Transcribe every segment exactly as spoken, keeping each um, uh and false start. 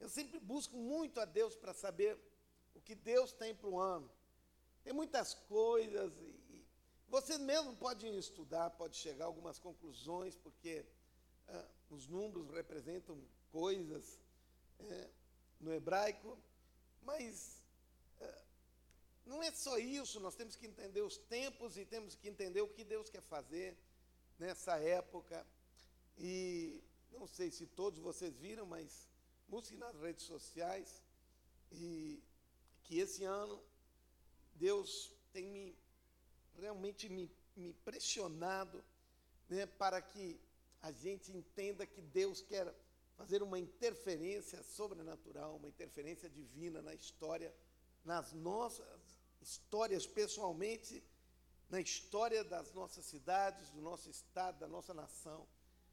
Eu sempre busco muito a Deus para saber o que Deus tem para o ano. Tem muitas coisas, e vocês mesmos podem estudar, podem chegar a algumas conclusões, porque ah, os números representam coisas é, no hebraico, mas ah, não é só isso, nós temos que entender os tempos e temos que entender o que Deus quer fazer nessa época. E não sei se todos vocês viram, mas busquem nas redes sociais, e que esse ano Deus tem me, realmente me, me pressionado, né, para que a gente entenda que Deus quer fazer uma interferência sobrenatural, uma interferência divina na história, nas nossas histórias pessoalmente, na história das nossas cidades, do nosso estado, da nossa nação.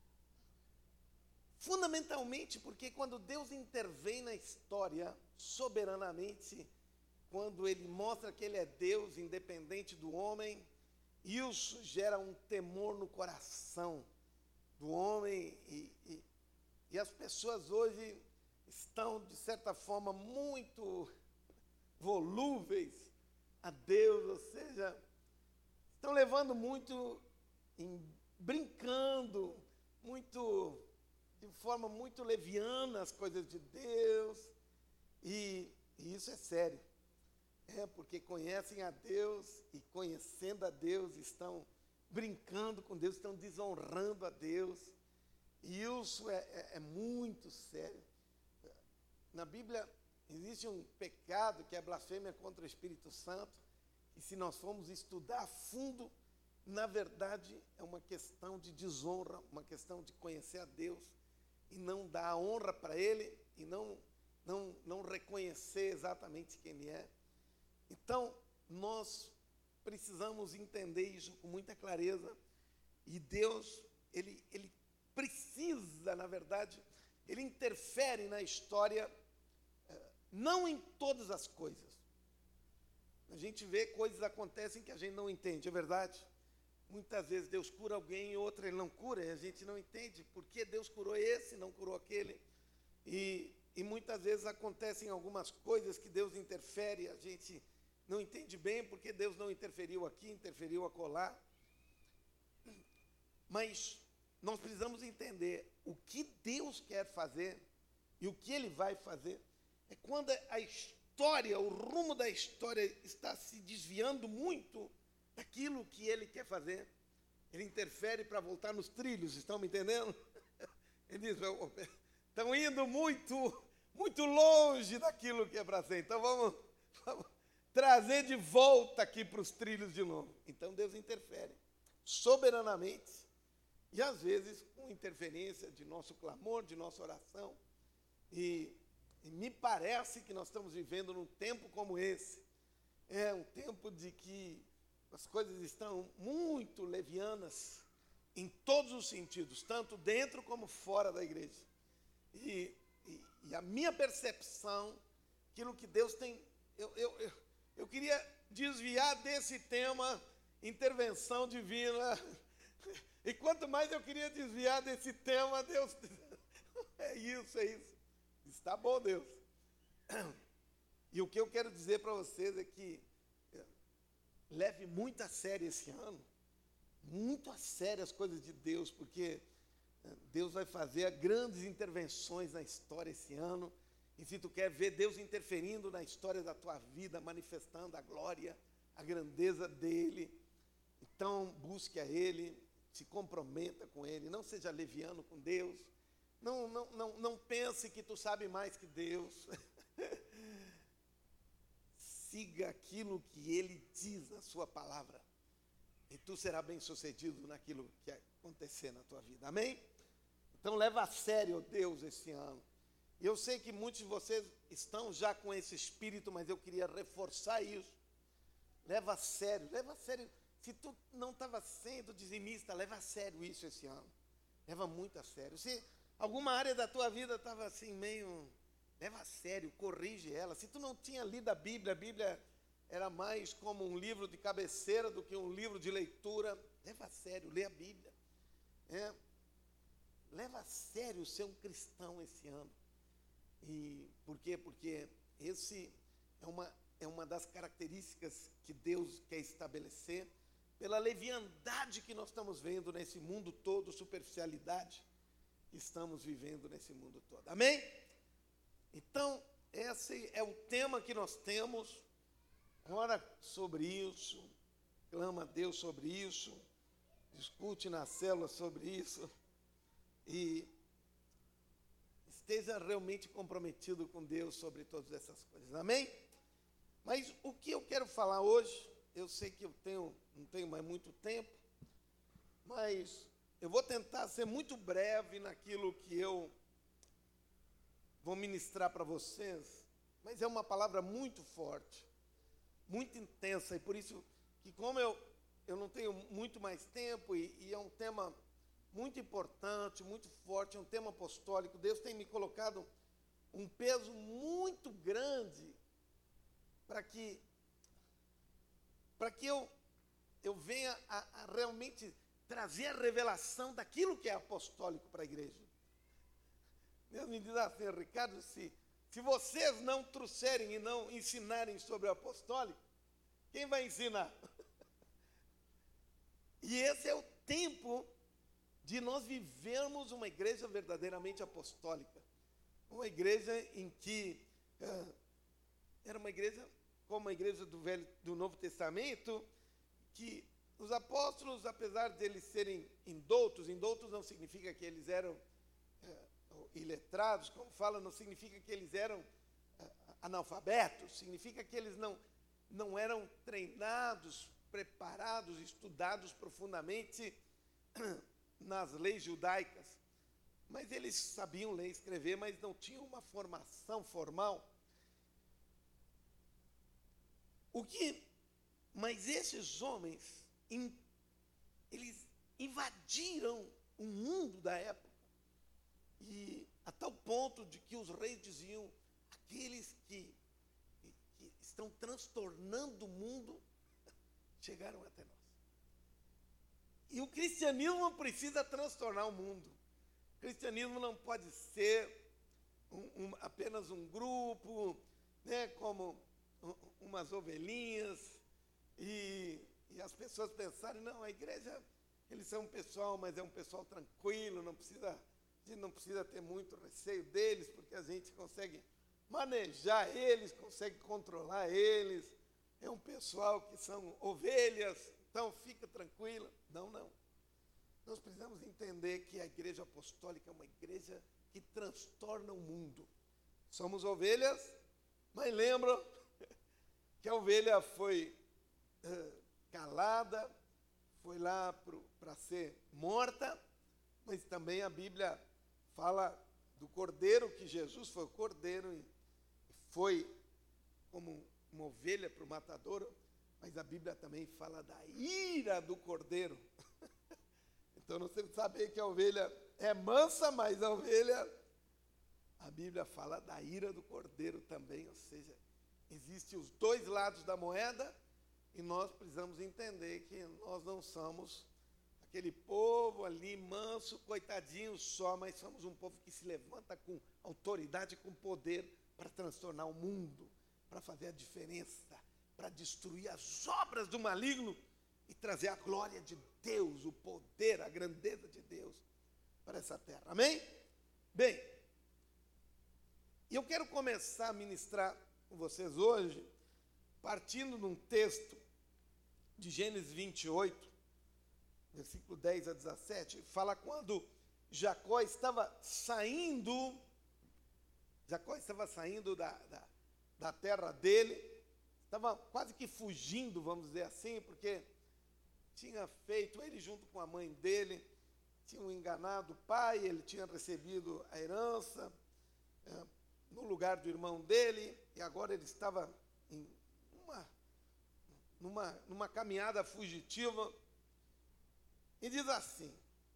Fundamentalmente porque quando Deus intervém na história soberanamente, quando Ele mostra que Ele é Deus independente do homem, isso gera um temor no coração do homem, e, e, e as pessoas hoje estão, de certa forma, muito volúveis a Deus, ou seja, estão levando muito, em, brincando, muito, de forma muito leviana as coisas de Deus, e, e isso é sério. É porque conhecem a Deus e, conhecendo a Deus, estão brincando com Deus, estão desonrando a Deus. E isso é, é, é muito sério. Na Bíblia existe um pecado que é blasfêmia contra o Espírito Santo, e se nós formos estudar a fundo, na verdade é uma questão de desonra, uma questão de conhecer a Deus e não dar a honra para Ele e não, não, não reconhecer exatamente quem Ele é. Então, nós precisamos entender isso com muita clareza, e Deus, Ele, ele precisa, na verdade, Ele interfere na história, não em todas as coisas. A gente vê coisas acontecem que a gente não entende, é verdade? Muitas vezes Deus cura alguém e outra Ele não cura, e a gente não entende por que Deus curou esse e não curou aquele. E, e muitas vezes acontecem algumas coisas que Deus interfere, a gente não entende bem porque Deus não interferiu aqui, interferiu acolá. Mas nós precisamos entender o que Deus quer fazer e o que Ele vai fazer. É quando a história, o rumo da história está se desviando muito daquilo que Ele quer fazer. Ele interfere para voltar nos trilhos, estão me entendendo? Ele diz, estão indo muito, muito longe daquilo que é para ser. Então vamos, vamos trazer de volta aqui para os trilhos de novo. Então Deus interfere soberanamente, e às vezes com interferência de nosso clamor, de nossa oração. E, e me parece que nós estamos vivendo num tempo como esse. É um tempo de que as coisas estão muito levianas em todos os sentidos, tanto dentro como fora da igreja. E, e, e a minha percepção, aquilo que Deus tem... Eu, eu, eu, eu queria desviar desse tema, intervenção divina, e quanto mais eu queria desviar desse tema, Deus... É isso, é isso. Está bom, Deus. E o que eu quero dizer para vocês é que leve muito a sério esse ano, muito a sério as coisas de Deus, porque Deus vai fazer grandes intervenções na história esse ano. E se tu quer ver Deus interferindo na história da tua vida, manifestando a glória, a grandeza dEle, então busque a Ele, se comprometa com Ele, não seja leviano com Deus, não, não, não, não pense que tu sabe mais que Deus. Siga aquilo que Ele diz na sua palavra, e tu serás bem sucedido naquilo que acontecer na tua vida, amém? Então leva a sério, Deus, esse ano. E eu sei que muitos de vocês estão já com esse espírito, mas eu queria reforçar isso. Leva a sério, leva a sério. Se tu não estava sendo dizimista, leva a sério isso esse ano. Leva muito a sério. Se alguma área da tua vida estava assim meio... Leva a sério, corrige ela. Se tu não tinha lido a Bíblia, a Bíblia era mais como um livro de cabeceira do que um livro de leitura, leva a sério, lê a Bíblia. É. Leva a sério ser um cristão esse ano. E por quê? Porque esse é uma, é uma das características que Deus quer estabelecer pela leviandade que nós estamos vendo nesse mundo todo, superficialidade que estamos vivendo nesse mundo todo. Amém? Então, esse é o tema que nós temos. Ora sobre isso, clama a Deus sobre isso, discute na célula sobre isso e esteja realmente comprometido com Deus sobre todas essas coisas. Amém? Mas o que eu quero falar hoje, eu sei que eu tenho, não tenho mais muito tempo, mas eu vou tentar ser muito breve naquilo que eu vou ministrar para vocês, mas é uma palavra muito forte, muito intensa, e por isso que como eu, eu não tenho muito mais tempo, e, e é um tema muito importante, muito forte, é um tema apostólico, Deus tem me colocado um peso muito grande para que, para que eu, eu venha a, a realmente trazer a revelação daquilo que é apostólico para a igreja. Deus me diz assim, Ricardo, se, se vocês não trouxerem e não ensinarem sobre o apostólico, quem vai ensinar? E esse é o tempo de nós vivermos uma igreja verdadeiramente apostólica. Uma igreja em que uh, era uma igreja como a igreja do, Velho, do Novo Testamento, que os apóstolos, apesar de eles serem indoutos, indoutos não significa que eles eram uh, iletrados, como fala, não significa que eles eram uh, analfabetos, significa que eles não, não eram treinados, preparados, estudados profundamente nas leis judaicas, mas eles sabiam ler e escrever, mas não tinham uma formação formal. O que, mas esses homens, in, eles invadiram o mundo da época, e a tal ponto de que os reis diziam, aqueles que, que estão transtornando o mundo, chegaram até nós. E o cristianismo precisa transtornar o mundo. O cristianismo não pode ser um, um, apenas um grupo, né, como um, umas ovelhinhas, e, e as pessoas pensarem, não, a igreja, eles são um pessoal, mas é um pessoal tranquilo, não precisa, a gente não precisa ter muito receio deles, porque a gente consegue manejar eles, consegue controlar eles, é um pessoal que são ovelhas, então fica tranquilo. Não, não. Nós precisamos entender que a igreja apostólica é uma igreja que transtorna o mundo. Somos ovelhas, mas lembram que a ovelha foi uh, calada, foi lá para ser morta, mas também a Bíblia fala do cordeiro, que Jesus foi o cordeiro e foi como uma ovelha para o matadouro, mas a Bíblia também fala da ira do cordeiro. Então nós temos que saber que a ovelha é mansa, mas a ovelha, a Bíblia fala da ira do cordeiro também, ou seja, existem os dois lados da moeda, e nós precisamos entender que nós não somos aquele povo ali manso, coitadinho só, mas somos um povo que se levanta com autoridade, com poder para transtornar o mundo, para fazer a diferença, para destruir as obras do maligno e trazer a glória de Deus, o poder, a grandeza de Deus para essa terra. Amém? Bem, eu quero começar a ministrar com vocês hoje, partindo de um texto de Gênesis vinte e oito, versículo dez a dezessete, fala quando Jacó estava saindo, Jacó estava saindo da, da, da terra dele, estava quase que fugindo, vamos dizer assim, porque tinha feito, ele junto com a mãe dele, tinham enganado o pai, ele tinha recebido a herança é, no lugar do irmão dele, e agora ele estava em uma, numa, numa caminhada fugitiva, e diz assim,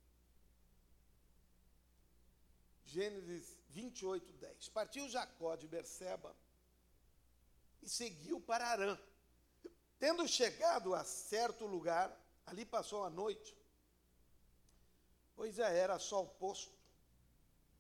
Gênesis vinte e oito, dez, partiu Jacó de Berseba e seguiu para Harã. Tendo chegado a certo lugar, ali passou a noite, pois já era sol posto.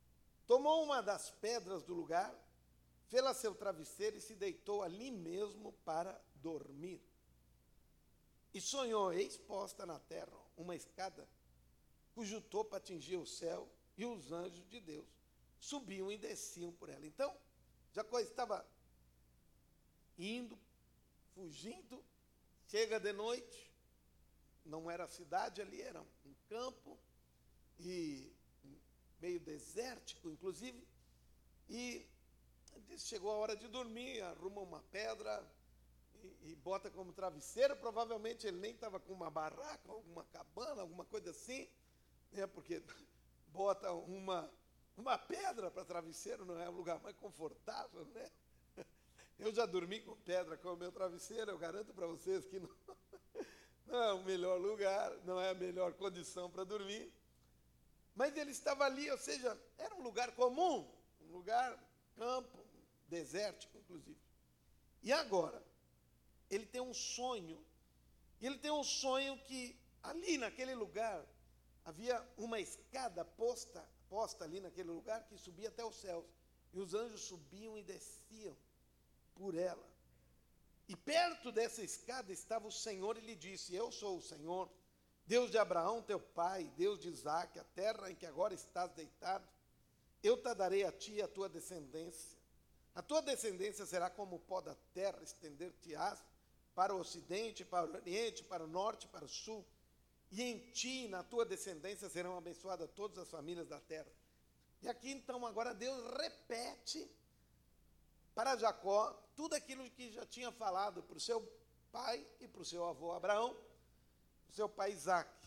tomou uma das pedras do lugar, fê-la seu travesseiro e se deitou ali mesmo para dormir. E sonhou, eis posta na terra uma escada, cujo topo atingia o céu, e os anjos de Deus subiam e desciam por ela. Então, Jacó estava indo, fugindo, chega de noite, não era cidade ali, era um campo, e meio desértico, inclusive, e chegou a hora de dormir, arruma uma pedra e, e bota como travesseiro. Provavelmente ele nem estava com uma barraca, alguma cabana, alguma coisa assim, né, porque bota uma, uma pedra para travesseiro, não é o lugar mais confortável, né? Eu já dormi com pedra como meu travesseiro, eu garanto para vocês que não, não é o melhor lugar, não é a melhor condição para dormir. Mas ele estava ali, ou seja, era um lugar comum, um lugar campo, desértico, inclusive. E agora, ele tem um sonho, e ele tem um sonho que ali naquele lugar havia uma escada posta, posta ali naquele lugar que subia até os céus, e os anjos subiam e desciam por ela. E perto dessa escada estava o Senhor e lhe disse, eu sou o Senhor, Deus de Abraão, teu pai, Deus de Isaque, a terra em que agora estás deitado, eu te darei a ti e a tua descendência. A tua descendência será como o pó da terra, estender-te-ás para o ocidente, para o oriente, para o norte, para o sul. E em ti e na tua descendência serão abençoadas todas as famílias da terra. E aqui então agora Deus repete para Jacó tudo aquilo que já tinha falado para o seu pai e para o seu avô Abraão, para o seu pai Isaque.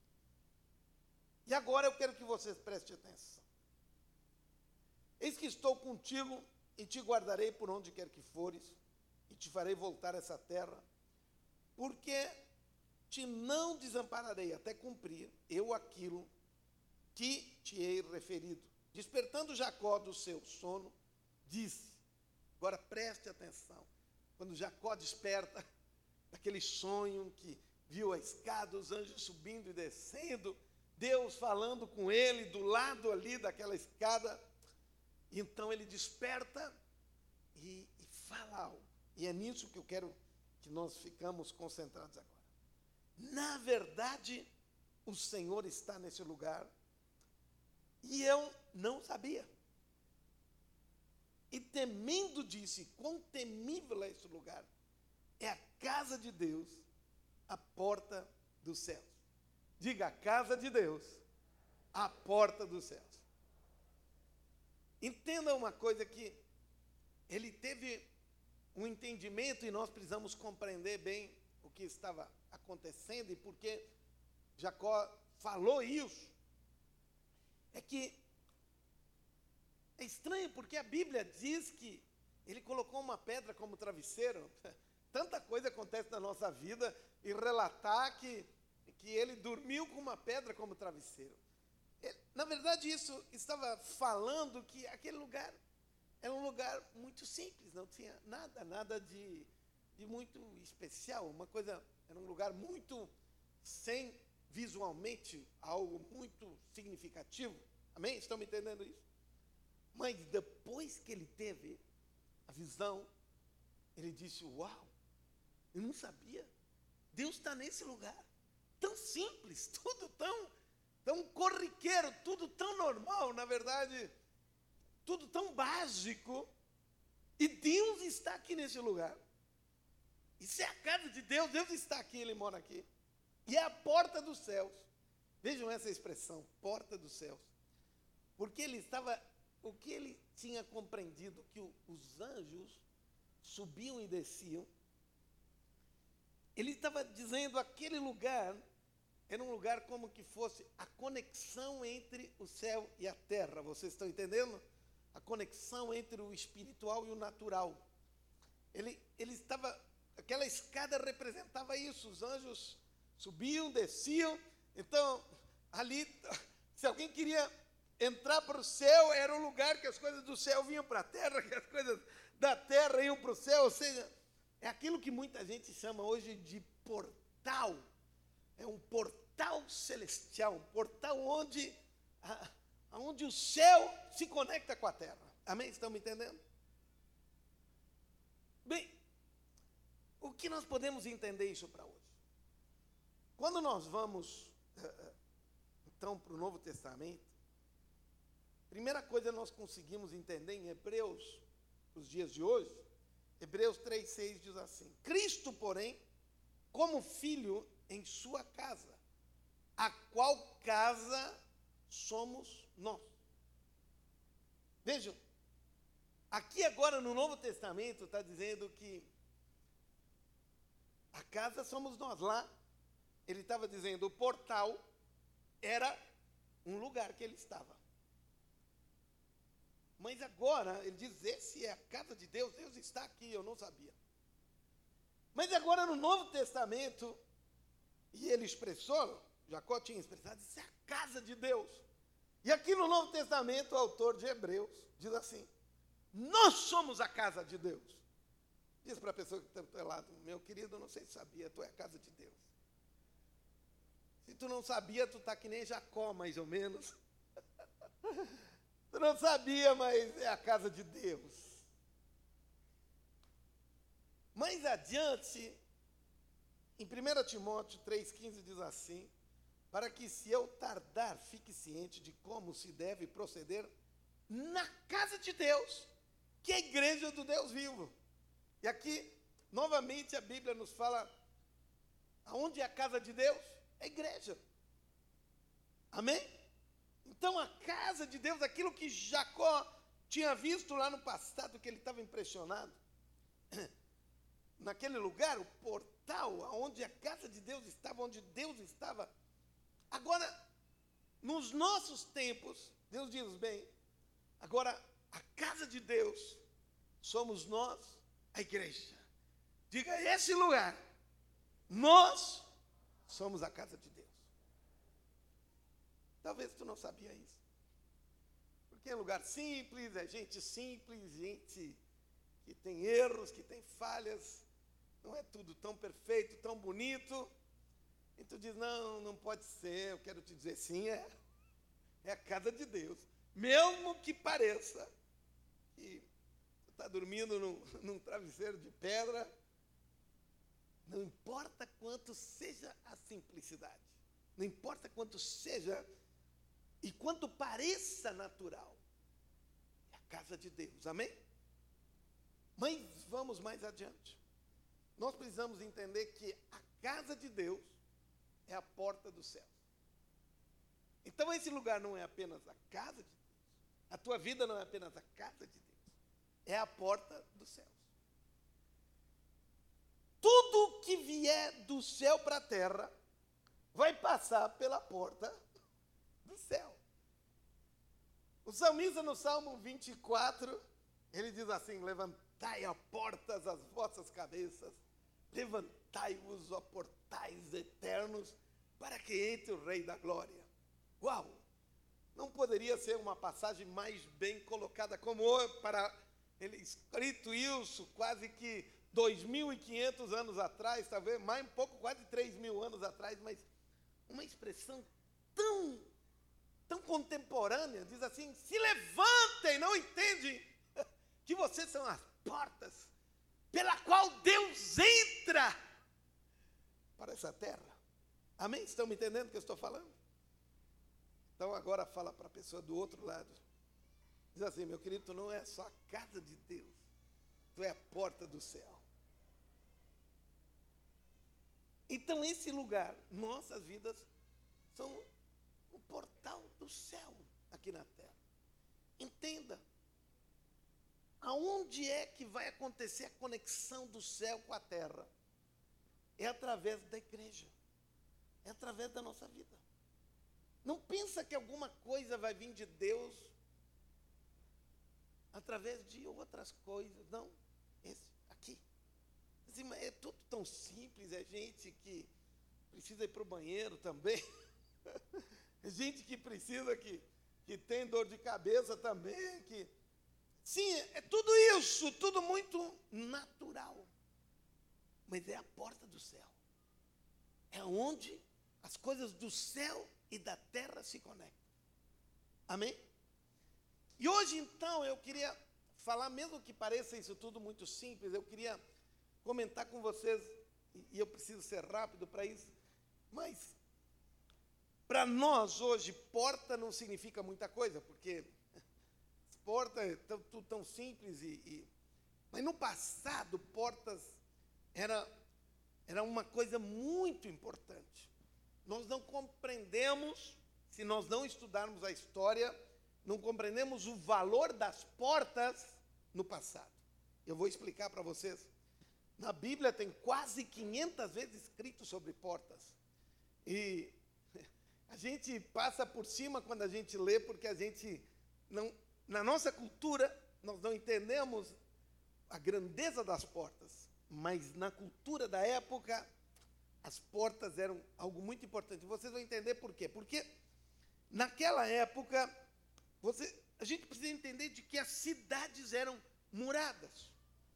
E agora eu quero que vocês prestem atenção. Eis que estou contigo e te guardarei por onde quer que fores, e te farei voltar a essa terra, porque te não desampararei até cumprir eu aquilo que te hei referido. Despertando Jacó do seu sono, disse, agora preste atenção, quando Jacó desperta daquele sonho que viu a escada, os anjos subindo e descendo, Deus falando com ele do lado ali daquela escada, então ele desperta e, e fala algo. E é nisso que eu quero que nós ficamos concentrados agora. Na verdade, o Senhor está nesse lugar e eu não sabia. E temendo disse, quão temível é esse lugar. É a casa de Deus, a porta dos céus. Diga, a casa de Deus, a porta dos céus. Entenda uma coisa que ele teve um entendimento e nós precisamos compreender bem o que estava acontecendo e por que Jacó falou isso. É que é estranho porque a Bíblia diz que ele colocou uma pedra como travesseiro. Tanta coisa acontece na nossa vida e relatar que, que ele dormiu com uma pedra como travesseiro. Ele, na verdade, isso estava falando que aquele lugar era um lugar muito simples, não tinha nada, nada de, de muito especial, uma coisa, era um lugar muito sem visualmente algo muito significativo. Amém? Estão me entendendo isso? Mas depois que ele teve a visão, ele disse, uau, eu não sabia, Deus está nesse lugar, tão simples, tudo tão, tão corriqueiro, tudo tão normal, na verdade, tudo tão básico, e Deus está aqui nesse lugar. Isso é a casa de Deus, Deus está aqui, Ele mora aqui. E é a porta dos céus. Vejam essa expressão, porta dos céus. Porque ele estava, o que ele tinha compreendido, que o, os anjos subiam e desciam, ele estava dizendo aquele lugar era um lugar como que fosse a conexão entre o céu e a terra. Vocês estão entendendo? A conexão entre o espiritual e o natural. Ele, ele estava, aquela escada representava isso, os anjos subiam, desciam, então ali, se alguém queria entrar para o céu, era um lugar que as coisas do céu vinham para a terra, que as coisas da terra iam para o céu, ou seja, é aquilo que muita gente chama hoje de portal, é um portal celestial, um portal onde a, onde o céu se conecta com a terra. Amém? Estão me entendendo? Bem, o que nós podemos entender isso para hoje? Quando nós vamos, então, para o Novo Testamento, primeira coisa nós conseguimos entender em Hebreus, os dias de hoje, Hebreus três, seis diz assim: Cristo, porém, como filho em sua casa, a qual casa somos nós. Vejam, aqui agora no Novo Testamento está dizendo que a casa somos nós. Lá, ele estava dizendo, o portal era um lugar que ele estava. Mas agora, ele diz, esse é a casa de Deus, Deus está aqui, eu não sabia. Mas agora no Novo Testamento, e ele expressou, Jacó tinha expressado, isso é a casa de Deus. E aqui no Novo Testamento, o autor de Hebreus diz assim, nós somos a casa de Deus. Diz para a pessoa que está do teu lado, meu querido, eu não sei se sabia, tu é a casa de Deus. Se tu não sabia, tu está que nem Jacó, mais ou menos. Tu não sabia, mas é a casa de Deus. Mais adiante, em primeira Timóteo três, quinze diz assim, para que se eu tardar, fique ciente de como se deve proceder na casa de Deus, que é a igreja do Deus vivo. E aqui, novamente, a Bíblia nos fala, aonde é a casa de Deus? É a igreja. Amém? Então, a casa de Deus, aquilo que Jacó tinha visto lá no passado, que ele estava impressionado, naquele lugar, o portal, onde a casa de Deus estava, onde Deus estava. Agora, nos nossos tempos, Deus diz bem, agora, a casa de Deus, somos nós, a igreja. Diga, esse lugar, nós somos a casa de Deus. Talvez tu não sabia isso. Porque é um lugar simples, é gente simples, gente que tem erros, que tem falhas. Não é tudo tão perfeito, tão bonito. E tu diz, não, não pode ser. Eu quero te dizer, sim, é. É a casa de Deus. Mesmo que pareça que tu está dormindo num, num travesseiro de pedra, não importa quanto seja a simplicidade. Não importa quanto seja e quanto pareça natural, é a casa de Deus, amém? Mas vamos mais adiante. Nós precisamos entender que a casa de Deus é a porta do céu. Então esse lugar não é apenas a casa de Deus, a tua vida não é apenas a casa de Deus, é a porta dos céus. Tudo que vier do céu para a terra vai passar pela porta do céu. O salmista no Salmo vinte e quatro, ele diz assim, levantai a portas as vossas cabeças, levantai-vos, ó portais eternos, para que entre o Rei da Glória. Uau! Não poderia ser uma passagem mais bem colocada como para ele escrito isso, quase que dois mil e quinhentos anos atrás, talvez mais um pouco, quase três mil anos atrás, mas uma expressão tão, tão contemporânea, diz assim, se levantem, não entendem que vocês são as portas pela qual Deus entra para essa terra. Amém? Estão me entendendo o que eu estou falando? Então agora fala para a pessoa do outro lado. Diz assim, meu querido, tu não é só a casa de Deus, tu é a porta do céu. Então esse lugar, nossas vidas, são o portal do céu aqui na terra. Entenda, aonde é que vai acontecer a conexão do céu com a terra? É através da igreja, é através da nossa vida. Não pensa que alguma coisa vai vir de Deus através de outras coisas, não, esse aqui. Assim, mas é tudo tão simples, é gente que precisa ir para o banheiro também, é gente que precisa, que, que tem dor de cabeça também, que... Sim, é tudo isso, tudo muito natural, mas é a porta do céu, é onde as coisas do céu e da terra se conectam. Amém? E hoje, então, eu queria falar, mesmo que pareça isso tudo muito simples, eu queria comentar com vocês, e eu preciso ser rápido para isso, mas para nós hoje, porta não significa muita coisa, porque porta é tão, tudo tão simples, e, e, mas no passado, portas era, era uma coisa muito importante. Nós não compreendemos, se nós não estudarmos a história, não compreendemos o valor das portas no passado. Eu vou explicar para vocês. Na Bíblia tem quase quinhentas vezes escrito sobre portas. E a gente passa por cima quando a gente lê, porque a gente não, na nossa cultura, nós não entendemos a grandeza das portas. Mas na cultura da época, as portas eram algo muito importante. Vocês vão entender por quê. Porque naquela época, você, a gente precisa entender de que as cidades eram muradas.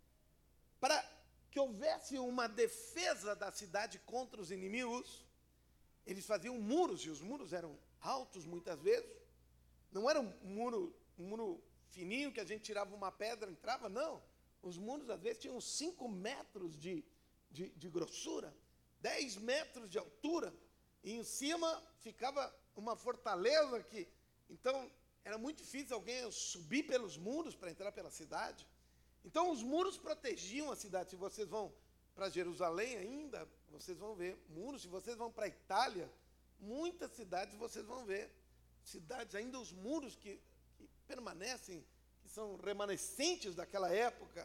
Para que houvesse uma defesa da cidade contra os inimigos, eles faziam muros, e os muros eram altos muitas vezes. Não era um muro, um muro fininho que a gente tirava uma pedra e entrava, não. Os muros, às vezes, tinham cinco metros de, de, de grossura, dez metros de altura, e em cima ficava uma fortaleza que, então, era muito difícil alguém subir pelos muros para entrar pela cidade. Então, os muros protegiam a cidade. Se vocês vão para Jerusalém ainda, vocês vão ver muros. Se vocês vão para a Itália, muitas cidades vocês vão ver. Cidades, ainda os muros que, que permanecem, que são remanescentes daquela época.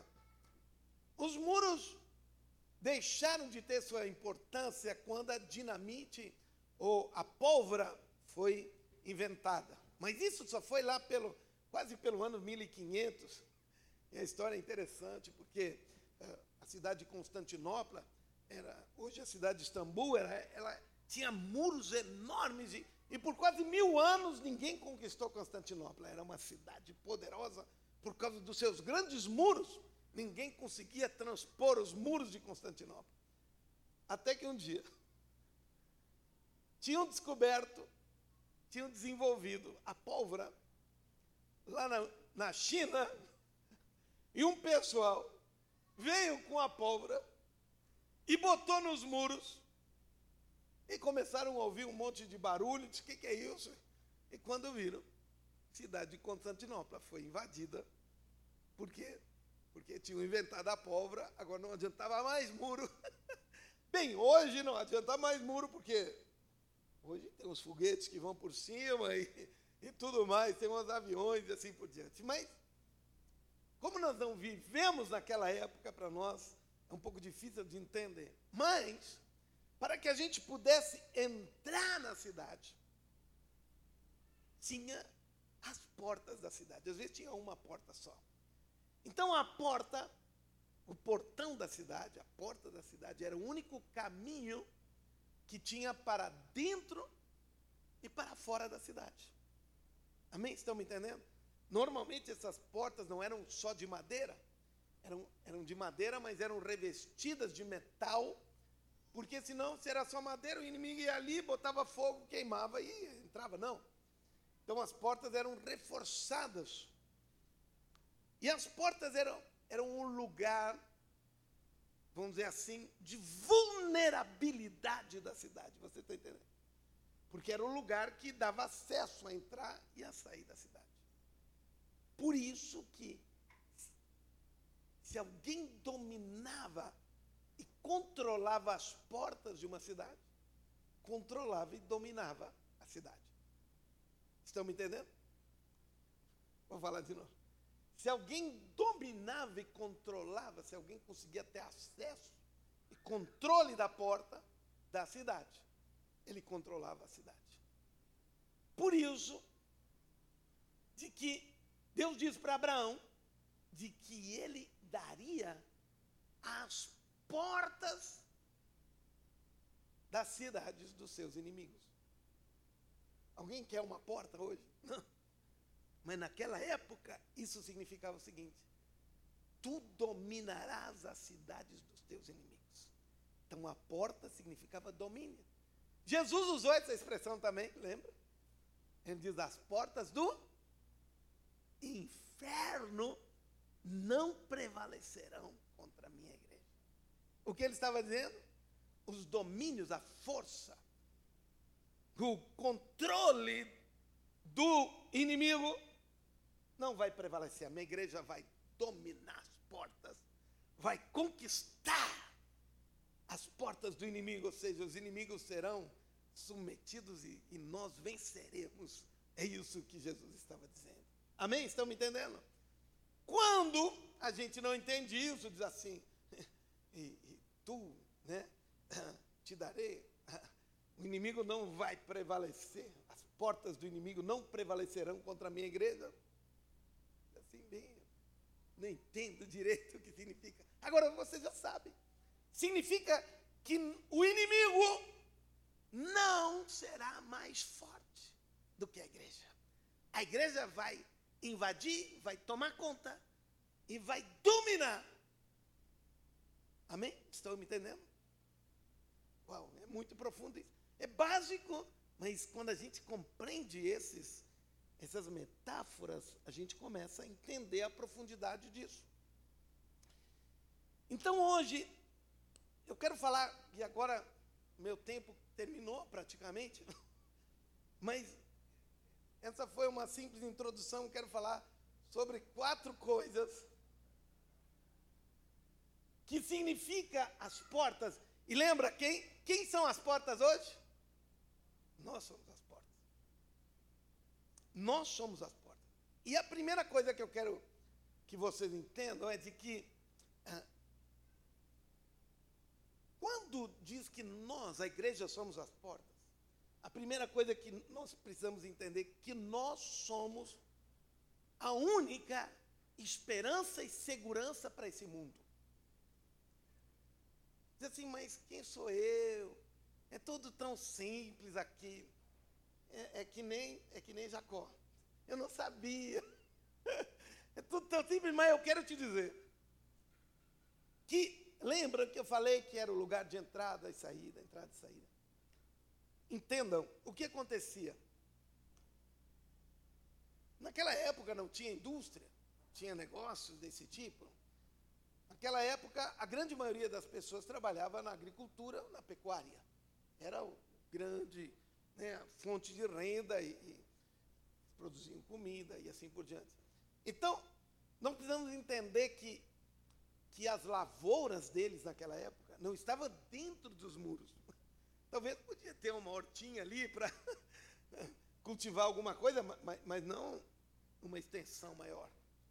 Os muros deixaram de ter sua importância quando a dinamite ou a pólvora foi inventada. Mas isso só foi lá pelo, quase pelo ano mil e quinhentos. E a história é interessante, porque uh, a cidade de Constantinopla, era, hoje a cidade de Istambul, era, ela tinha muros enormes, e, e por quase mil anos ninguém conquistou Constantinopla. Era uma cidade poderosa, por causa dos seus grandes muros, ninguém conseguia transpor os muros de Constantinopla. Até que um dia, tinham descoberto, tinham desenvolvido a pólvora lá na, na China, e um pessoal veio com a pólvora e botou nos muros, e começaram a ouvir um monte de barulho, disse, o que, que é isso? E quando viram, a cidade de Constantinopla foi invadida. Por quê? Porque tinham inventado a pólvora, agora não adiantava mais muro. Bem, hoje não adianta mais muro, porque hoje tem uns foguetes que vão por cima e, e tudo mais, tem uns aviões e assim por diante. Mas, como nós não vivemos naquela época, para nós é um pouco difícil de entender. Mas, para que a gente pudesse entrar na cidade, tinha as portas da cidade. Às vezes tinha uma porta só. Então a porta, o portão da cidade, a porta da cidade, era o único caminho que tinha para dentro e para fora da cidade. Amém? Estão me entendendo? Normalmente essas portas não eram só de madeira, eram, eram de madeira, mas eram revestidas de metal, porque senão, se era só madeira, o inimigo ia ali, botava fogo, queimava e entrava. Não. Então as portas eram reforçadas. E as portas eram, eram um lugar, vamos dizer assim, de vulnerabilidade da cidade. Você está entendendo? Porque era um lugar que dava acesso a entrar e a sair da cidade. Por isso que, se alguém dominava e controlava as portas de uma cidade, controlava e dominava a cidade. Estão me entendendo? Vou falar de novo. Se alguém dominava e controlava, se alguém conseguia ter acesso e controle da porta da cidade, ele controlava a cidade. Por isso, de que Deus diz para Abraão, de que ele daria as portas das cidades dos seus inimigos. Alguém quer uma porta hoje? Não. Mas naquela época, isso significava o seguinte: tu dominarás as cidades dos teus inimigos. Então a porta significava domínio. Jesus usou essa expressão também, lembra? Ele diz, as portas do inferno não prevalecerão contra a minha igreja. O que ele estava dizendo? Os domínios, a força, o controle do inimigo não vai prevalecer. A minha igreja vai dominar as portas, vai conquistar as portas do inimigo, ou seja, os inimigos serão submetidos e, e nós venceremos. É isso que Jesus estava dizendo. Amém? Estão me entendendo? Quando a gente não entende isso, diz assim, e, e tu, né, te darei, o inimigo não vai prevalecer, as portas do inimigo não prevalecerão contra a minha igreja. Assim bem, não entendo direito o que significa. Agora você já sabe. Significa que o inimigo não será mais forte do que a igreja. A igreja vai invadir, vai tomar conta e vai dominar. Amém? Estão me entendendo? Uau, é muito profundo isso. É básico, mas quando a gente compreende esses, essas metáforas, a gente começa a entender a profundidade disso. Então hoje, eu quero falar, e agora meu tempo terminou praticamente, mas essa foi uma simples introdução. Eu quero falar sobre quatro coisas que significa as portas. E lembra, quem, quem são as portas hoje? Nós somos as portas. Nós somos as portas. E a primeira coisa que eu quero que vocês entendam é de que ah, quando diz que nós, a igreja, somos as portas, a primeira coisa que nós precisamos entender é que nós somos a única esperança e segurança para esse mundo. Diz assim, mas quem sou eu? É tudo tão simples aqui. É, é, que, nem, é que nem Jacó. Eu não sabia. É tudo tão simples, mas eu quero te dizer que, lembra que eu falei que era o lugar de entrada e saída, entrada e saída? Entendam, o que acontecia? Naquela época não tinha indústria, tinha negócios desse tipo. Naquela época, a grande maioria das pessoas trabalhava na agricultura, na pecuária. Era o grande, né, fonte de renda e, e produziam comida e assim por diante. Então, nós precisamos entender que, que as lavouras deles naquela época não estavam dentro dos muros. Talvez podia ter uma hortinha ali para cultivar alguma coisa, mas, mas não uma extensão maior.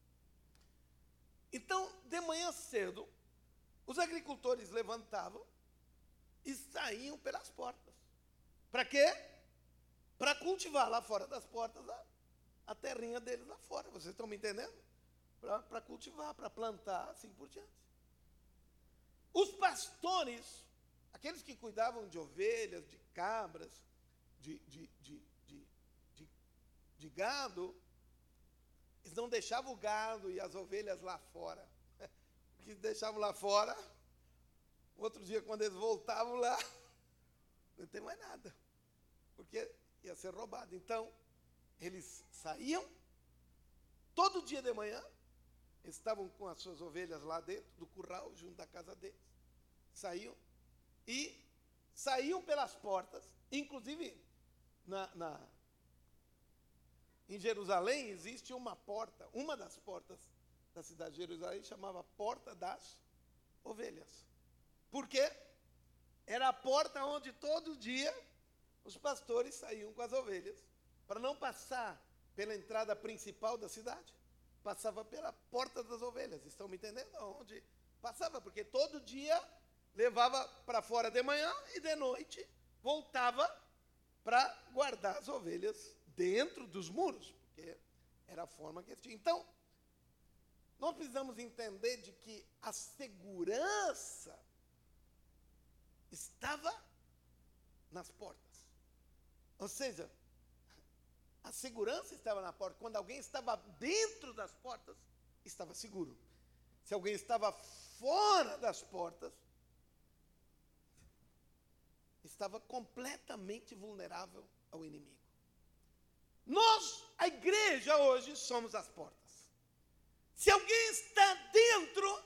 Então, de manhã cedo, os agricultores levantavam e saíam pelas portas. Para quê? Para cultivar lá fora das portas a, a terrinha deles lá fora. Vocês estão me entendendo? Para cultivar, para plantar, assim por diante. Os pastores, aqueles que cuidavam de ovelhas, de cabras, de, de, de, de, de, de gado, eles não deixavam o gado e as ovelhas lá fora. Porque deixavam lá fora, outro dia quando eles voltavam lá, não tem mais nada. Porque ia ser roubado. Então, eles saíam, todo dia de manhã, eles estavam com as suas ovelhas lá dentro do curral, junto da casa deles. Saíam e saíam pelas portas, inclusive na, na, em Jerusalém existe uma porta, uma das portas da cidade de Jerusalém chamava Porta das Ovelhas. Por quê? Era a porta onde todo dia os pastores saíam com as ovelhas, para não passar pela entrada principal da cidade, passava pela Porta das Ovelhas. Estão me entendendo? Onde passava, porque todo dia levava para fora de manhã e de noite voltava para guardar as ovelhas dentro dos muros, porque era a forma que eles tinham. Então, nós precisamos entender de que a segurança estava nas portas. Ou seja, a segurança estava na porta. Quando alguém estava dentro das portas, estava seguro. Se alguém estava fora das portas, estava completamente vulnerável ao inimigo. Nós, a igreja hoje, somos as portas. Se alguém está dentro,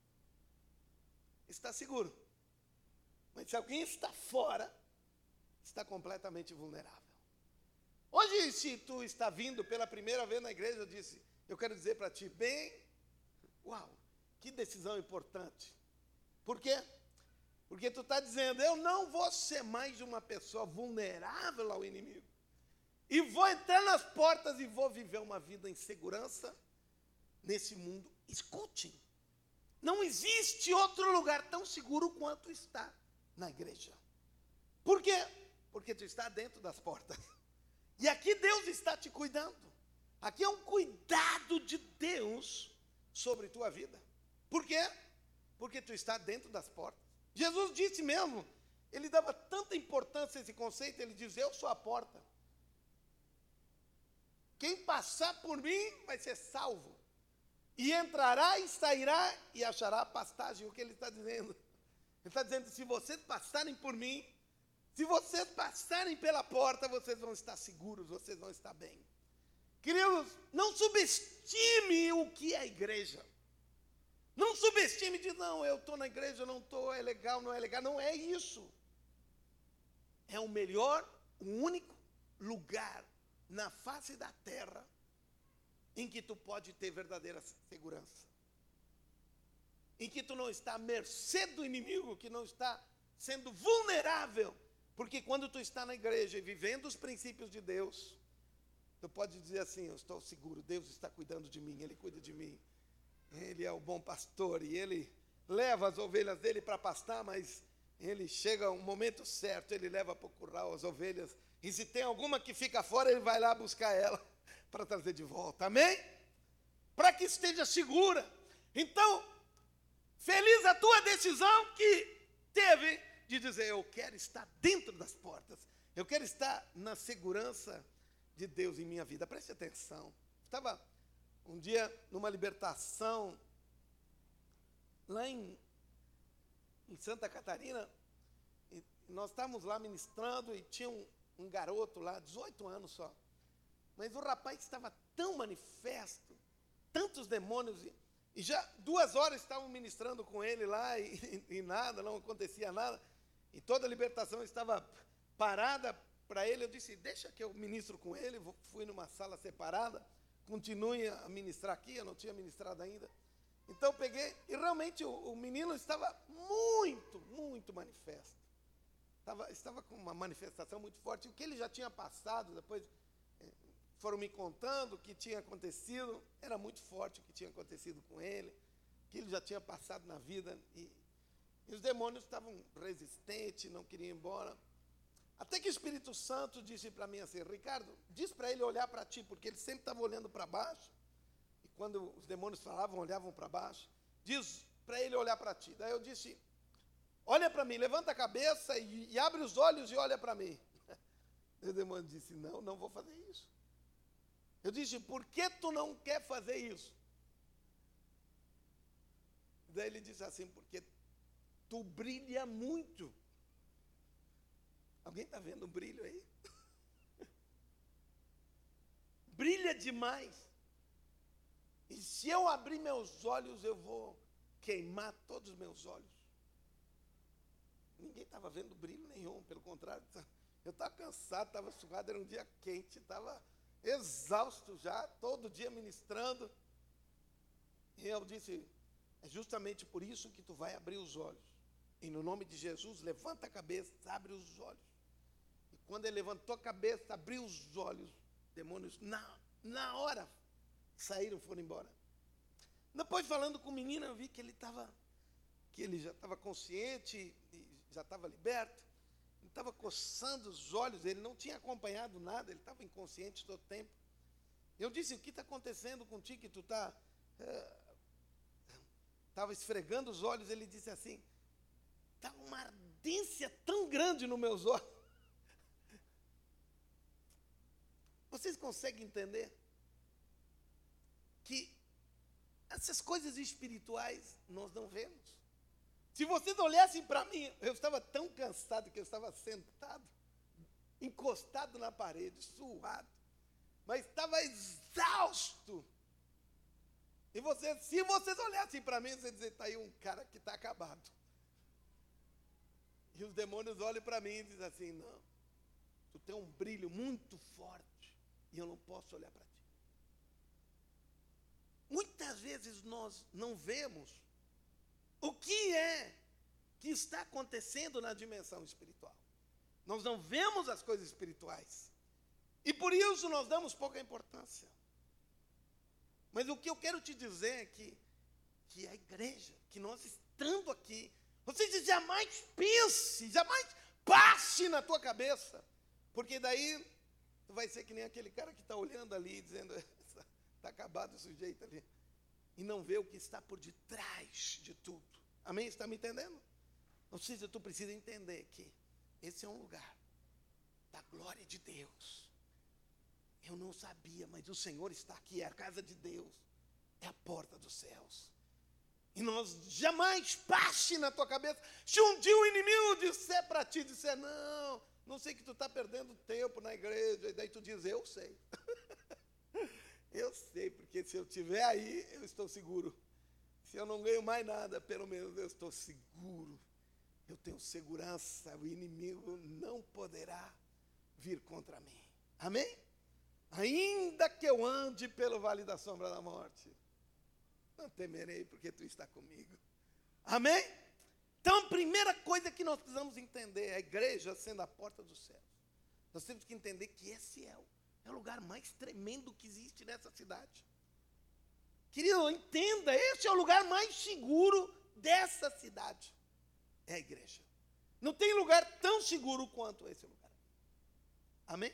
está seguro. Mas se alguém está fora, está completamente vulnerável. Hoje, se tu está vindo pela primeira vez na igreja, eu disse, eu quero dizer para ti, bem, uau, que decisão importante. Por quê? Porque tu está dizendo, eu não vou ser mais uma pessoa vulnerável ao inimigo. E vou entrar nas portas e vou viver uma vida em segurança nesse mundo. Escute, não existe outro lugar tão seguro quanto está na igreja. Por quê? Porque tu está dentro das portas. E aqui Deus está te cuidando. Aqui é um cuidado de Deus sobre tua vida. Por quê? Porque tu está dentro das portas. Jesus disse mesmo, ele dava tanta importância a esse conceito, ele diz, eu sou a porta. Quem passar por mim vai ser salvo. E entrará e sairá e achará pastagem. O que ele está dizendo? Ele está dizendo, se vocês passarem por mim, se vocês passarem pela porta, vocês vão estar seguros, vocês vão estar bem. Queridos, não subestime o que é a igreja. Não subestime de, não, eu estou na igreja, não estou, é legal, não é legal. Não é isso. É o melhor, o único lugar na face da terra em que tu pode ter verdadeira segurança. Em que tu não está à mercê do inimigo, que não está sendo vulnerável. Porque quando tu está na igreja e vivendo os princípios de Deus, tu pode dizer assim, eu estou seguro, Deus está cuidando de mim, Ele cuida de mim. Ele é o bom pastor e Ele leva as ovelhas dele para pastar, mas Ele chega um momento certo, Ele leva para o curral as ovelhas. E se tem alguma que fica fora, Ele vai lá buscar ela para trazer de volta. Amém? Para que esteja segura. Então, feliz a tua decisão que teve de dizer, eu quero estar dentro das portas. Eu quero estar na segurança de Deus em minha vida. Preste atenção. Estava um dia numa libertação lá em, em Santa Catarina. E nós estávamos lá ministrando e tinha um, um garoto lá, dezoito anos só. Mas o rapaz estava tão manifesto, tantos demônios, e, e já duas horas estavam ministrando com ele lá e, e, e nada, não acontecia nada. E toda a libertação estava parada para ele. Eu disse, deixa que eu ministro com ele. Vou, fui numa sala separada, continue a ministrar aqui, eu não tinha ministrado ainda. Então peguei, e realmente o, o menino estava muito, muito manifesto. Estava, estava com uma manifestação muito forte. O que ele já tinha passado, depois foram me contando o que tinha acontecido, era muito forte o que tinha acontecido com ele, que ele já tinha passado na vida, e, e os demônios estavam resistentes, não queriam ir embora. Até que o Espírito Santo disse para mim assim, Ricardo, diz para ele olhar para ti, porque ele sempre estava olhando para baixo, e quando os demônios falavam, olhavam para baixo, diz para ele olhar para ti. Daí eu disse, olha para mim, levanta a cabeça e, e abre os olhos e olha para mim. O demônio disse, não, não vou fazer isso. Eu disse, por que tu não quer fazer isso? Daí ele disse assim, porque tu brilha muito. Alguém está vendo o brilho aí? Brilha demais. E se eu abrir meus olhos, eu vou queimar todos os meus olhos. Ninguém estava vendo brilho nenhum, pelo contrário, eu estava cansado, estava suado, era um dia quente, estava exausto já, todo dia ministrando. E eu disse, é justamente por isso que tu vai abrir os olhos. E no nome de Jesus, levanta a cabeça, abre os olhos. E quando ele levantou a cabeça, abriu os olhos, demônios, na, na hora, saíram, foram embora. Depois, falando com o menino, eu vi que ele estava, que ele já estava consciente, e já estava liberto. Ele estava coçando os olhos, ele não tinha acompanhado nada, ele estava inconsciente todo o tempo. Eu disse, o que está acontecendo contigo, que tu está... Estava é, esfregando os olhos, ele disse assim, está uma ardência tão grande nos meus olhos. Vocês conseguem entender que essas coisas espirituais nós não vemos? Se vocês olhassem para mim, eu estava tão cansado que eu estava sentado, encostado na parede, suado. mas estava exausto. E você, se vocês olhassem para mim, você dizer, está aí um cara que está acabado. E os demônios olham para mim e dizem assim, não, tu tem um brilho muito forte e eu não posso olhar para ti. Muitas vezes nós não vemos o que é que está acontecendo na dimensão espiritual. Nós não vemos as coisas espirituais. E por isso nós damos pouca importância. Mas o que eu quero te dizer é que, que a igreja, que nós estando aqui, você jamais pense, jamais passe na tua cabeça, porque daí tu vai ser que nem aquele cara que está olhando ali, dizendo, está acabado o sujeito ali, e não vê o que está por detrás de tudo. Amém? Está me entendendo? Ou seja, tu precisa entender que esse é um lugar da glória de Deus. Eu não sabia, mas o Senhor está aqui, é a casa de Deus, é a porta dos céus. E nós jamais passe na tua cabeça, se um dia o inimigo disser para ti, disser, não, não sei que tu está perdendo tempo na igreja, e daí tu diz, eu sei. Eu sei, porque se eu estiver aí, eu estou seguro. Se eu não ganho mais nada, pelo menos eu estou seguro. Eu tenho segurança, o inimigo não poderá vir contra mim. Amém? Ainda que eu ande pelo vale da sombra da morte, não temerei, porque tu está comigo. Amém? Então, a primeira coisa que nós precisamos entender, a igreja sendo a porta dos céus, nós temos que entender que esse é o, é o lugar mais tremendo que existe nessa cidade. Querido, entenda, esse é o lugar mais seguro dessa cidade, é a igreja. Não tem lugar tão seguro quanto esse lugar. Amém?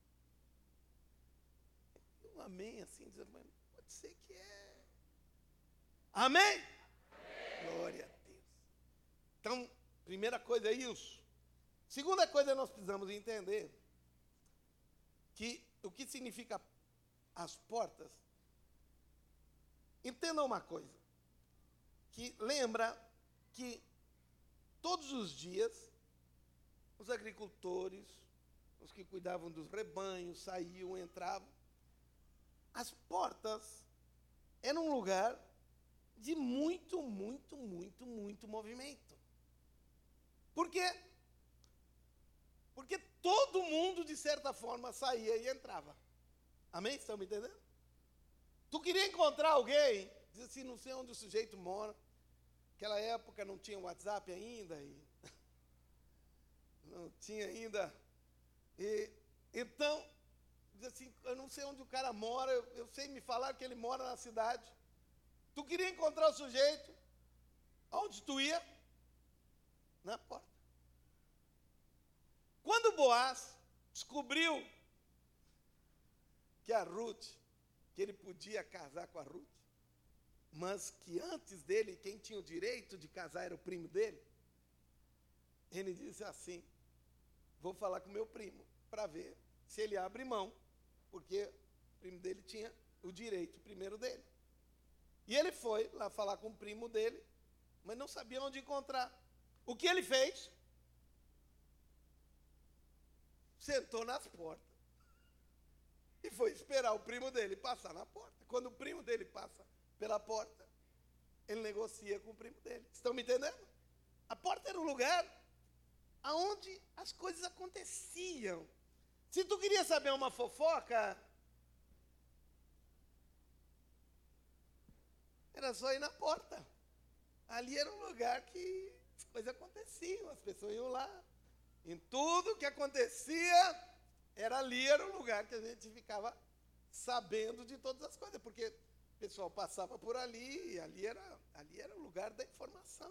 Um amém assim, dizendo, mas pode ser que é. Amém? Amém? Glória a Deus. Então, primeira coisa é isso. Segunda coisa, nós precisamos entender que o que significa as portas. Entenda uma coisa, que lembra que todos os dias os agricultores, os que cuidavam dos rebanhos, saíam, entravam. As portas eram um lugar de muito, muito, muito, muito movimento. Por quê? Porque todo mundo, de certa forma, saía e entrava. Amém? Estão me entendendo? Tu queria encontrar alguém, diz assim, não sei onde o sujeito mora. Naquela época não tinha WhatsApp ainda, e não tinha ainda. E, então, diz assim, eu não sei onde o cara mora, eu, eu sei me falar que ele mora na cidade. Tu queria encontrar o sujeito, aonde tu ia? Na porta. Quando Boaz descobriu que a Ruth, que ele podia casar com a Ruth, mas que antes dele, quem tinha o direito de casar era o primo dele, ele disse assim, vou falar com meu primo, para ver se ele abre mão, porque o primo dele tinha o direito primeiro dele. E ele foi lá falar com o primo dele, mas não sabia onde encontrar. O que ele fez? Sentou nas portas e foi esperar o primo dele passar na porta. Quando o primo dele passa pela porta, ele negocia com o primo dele. Estão me entendendo? A porta era um lugar onde as coisas aconteciam. Se tu queria saber uma fofoca, era só ir na porta. Ali era um lugar que as coisas aconteciam, as pessoas iam lá. Em tudo que acontecia, era ali, era um lugar que a gente ficava sabendo de todas as coisas, porque o pessoal passava por ali, e ali era, ali era o lugar da informação.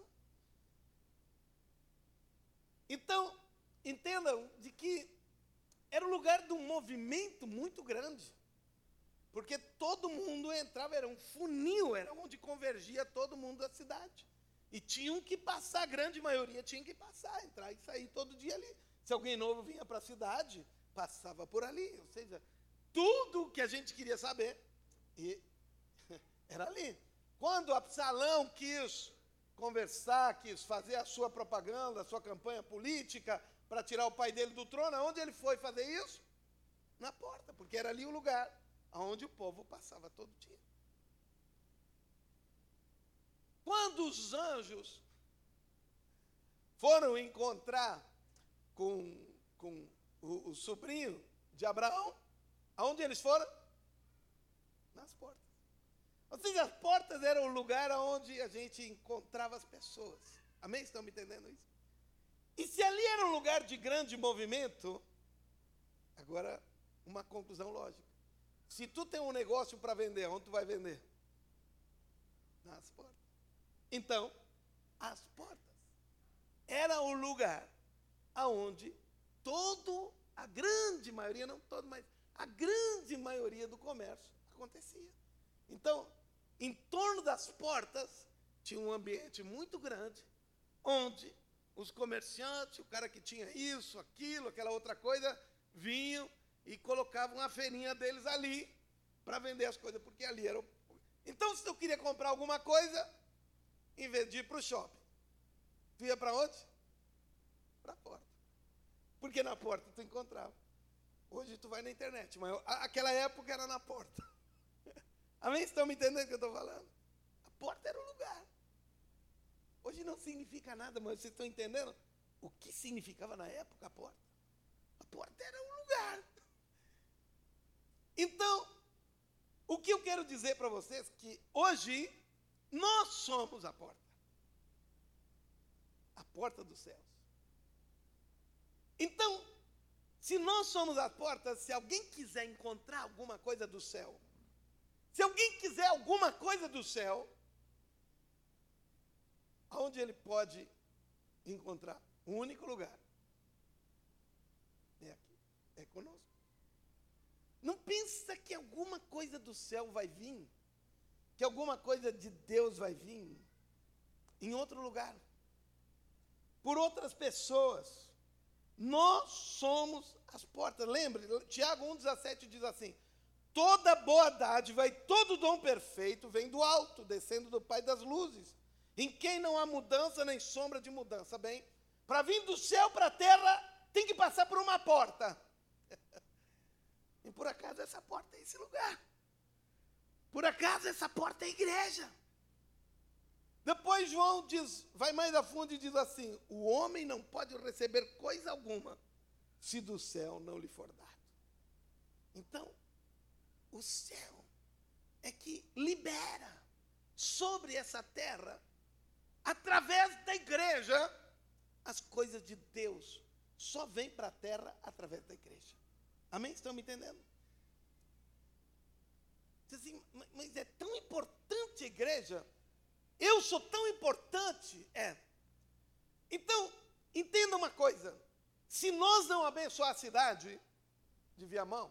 Então, entendam de que era um lugar de um movimento muito grande, porque todo mundo entrava, era um funil, era onde convergia todo mundo da cidade. E tinham que passar, a grande maioria tinha que passar, entrar e sair todo dia ali. Se alguém novo vinha para a cidade, passava por ali. Ou seja, tudo que a gente queria saber, e era ali. Quando Absalão quis conversar, quis fazer a sua propaganda, a sua campanha política, para tirar o pai dele do trono, aonde ele foi fazer isso? Na porta, porque era ali o lugar onde o povo passava todo dia. Quando os anjos foram encontrar com, com o, o sobrinho de Abraão, aonde eles foram? Nas portas. Ou seja, as portas eram o lugar onde a gente encontrava as pessoas. Amém? Estão me entendendo isso? E se ali era um lugar de grande movimento, agora uma conclusão lógica. Se tu tem um negócio para vender, onde tu vai vender? Nas portas. Então, as portas era o lugar aonde todo, a grande maioria, não todo, mas a grande maioria do comércio acontecia. Então, em torno das portas, tinha um ambiente muito grande, onde os comerciantes, o cara que tinha isso, aquilo, aquela outra coisa, vinham e colocavam a feirinha deles ali, para vender as coisas, porque ali era o... Então, se tu queria comprar alguma coisa, em vez de ir para o shopping, tu ia para onde? Para a porta. Porque na porta tu encontrava. Hoje tu vai na internet, mas aquela época era na porta. Amém? Estão me entendendo o que eu estou falando? A porta era o lugar. Hoje não significa nada, mas vocês estão entendendo o que significava na época a porta? A porta era um lugar. Então, o que eu quero dizer para vocês é que hoje nós somos a porta. A porta dos céus. Então, se nós somos a porta, se alguém quiser encontrar alguma coisa do céu, se alguém quiser alguma coisa do céu, aonde ele pode encontrar? O único lugar é aqui, é conosco. Não pensa que alguma coisa do céu vai vir, que alguma coisa de Deus vai vir em outro lugar, por outras pessoas. Nós somos as portas. Lembre, Tiago um, dezessete diz assim: toda boa dádiva e todo dom perfeito vem do alto, descendo do Pai das luzes, em quem não há mudança nem sombra de mudança. Bem, para vir do céu para a terra, tem que passar por uma porta. E por acaso essa porta é esse lugar. Por acaso essa porta é a igreja. Depois João diz, vai mais a fundo e diz assim: o homem não pode receber coisa alguma se do céu não lhe for dado. Então, o céu é que libera sobre essa terra, através da igreja, as coisas de Deus. Só vem para a terra através da igreja. Amém? Estão me entendendo? Diz assim, mas é tão importante a igreja? Eu sou tão importante? É. Então, entenda uma coisa. Se nós não abençoar a cidade de Viamão,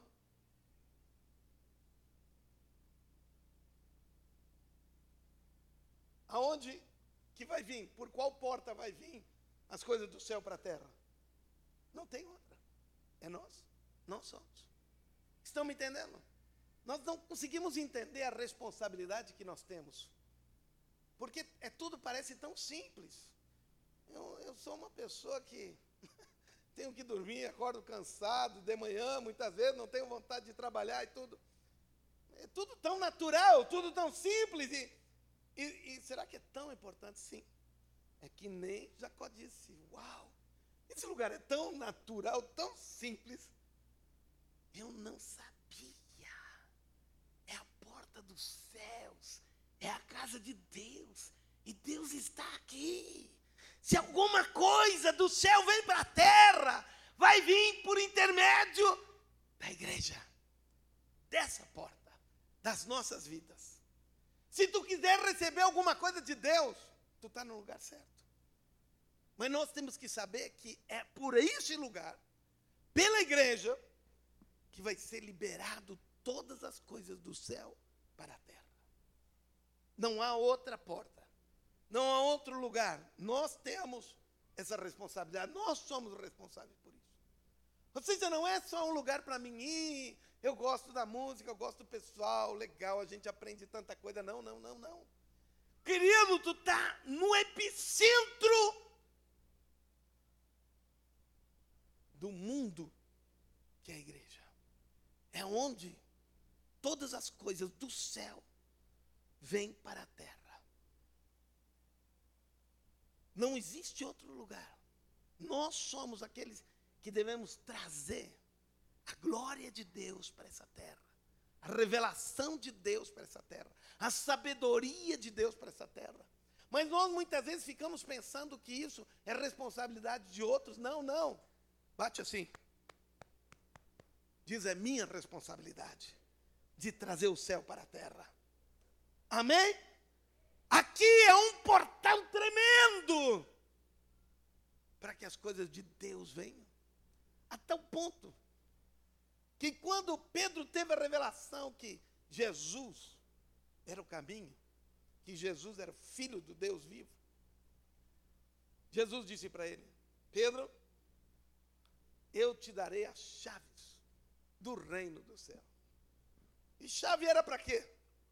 aonde que vai vir? Por qual porta vai vir as coisas do céu para a terra? Não tem outra. É nós. Nós somos. Estão me entendendo? Nós não conseguimos entender a responsabilidade que nós temos. Porque é, tudo parece tão simples. Eu, eu sou uma pessoa que tenho que dormir, acordo cansado, de manhã, muitas vezes, não tenho vontade de trabalhar e tudo. É tudo tão natural, tudo tão simples. E, e, e será que é tão importante? Sim. É que nem Jacó disse, uau, esse lugar é tão natural, tão simples. Eu não sabia. É a porta dos céus. É a casa de Deus. E Deus está aqui. Se alguma coisa do céu vem para a terra, vai vir por intermédio da igreja. Dessa porta. Das nossas vidas. Se tu quiser receber alguma coisa de Deus, tu está no lugar certo. Mas nós temos que saber que é por esse lugar, pela igreja, que vai ser liberado todas as coisas do céu para a terra. Não há outra porta. Não há outro lugar. Nós temos essa responsabilidade. Nós somos responsáveis por isso. Ou seja, não é só um lugar para mim ir. Eu gosto da música, eu gosto do pessoal, legal, a gente aprende tanta coisa. Não, não, não, não. Querido, tu está no epicentro do mundo, que é a igreja. é onde todas as coisas do céu vêm para a terra. Não existe outro lugar. Nós somos aqueles que devemos trazer a glória de Deus para essa terra, a revelação de Deus para essa terra, a sabedoria de Deus para essa terra. Mas nós muitas vezes ficamos pensando que isso é responsabilidade de outros. Não, não. Bate assim. Diz, é minha responsabilidade de trazer o céu para a terra. Amém? Aqui é um portal tremendo para que as coisas de Deus venham. A tal ponto que quando Pedro teve a revelação que Jesus era o caminho, que Jesus era filho do Deus vivo, Jesus disse para ele, Pedro, eu te darei as chaves do reino do céu. E chave era para quê?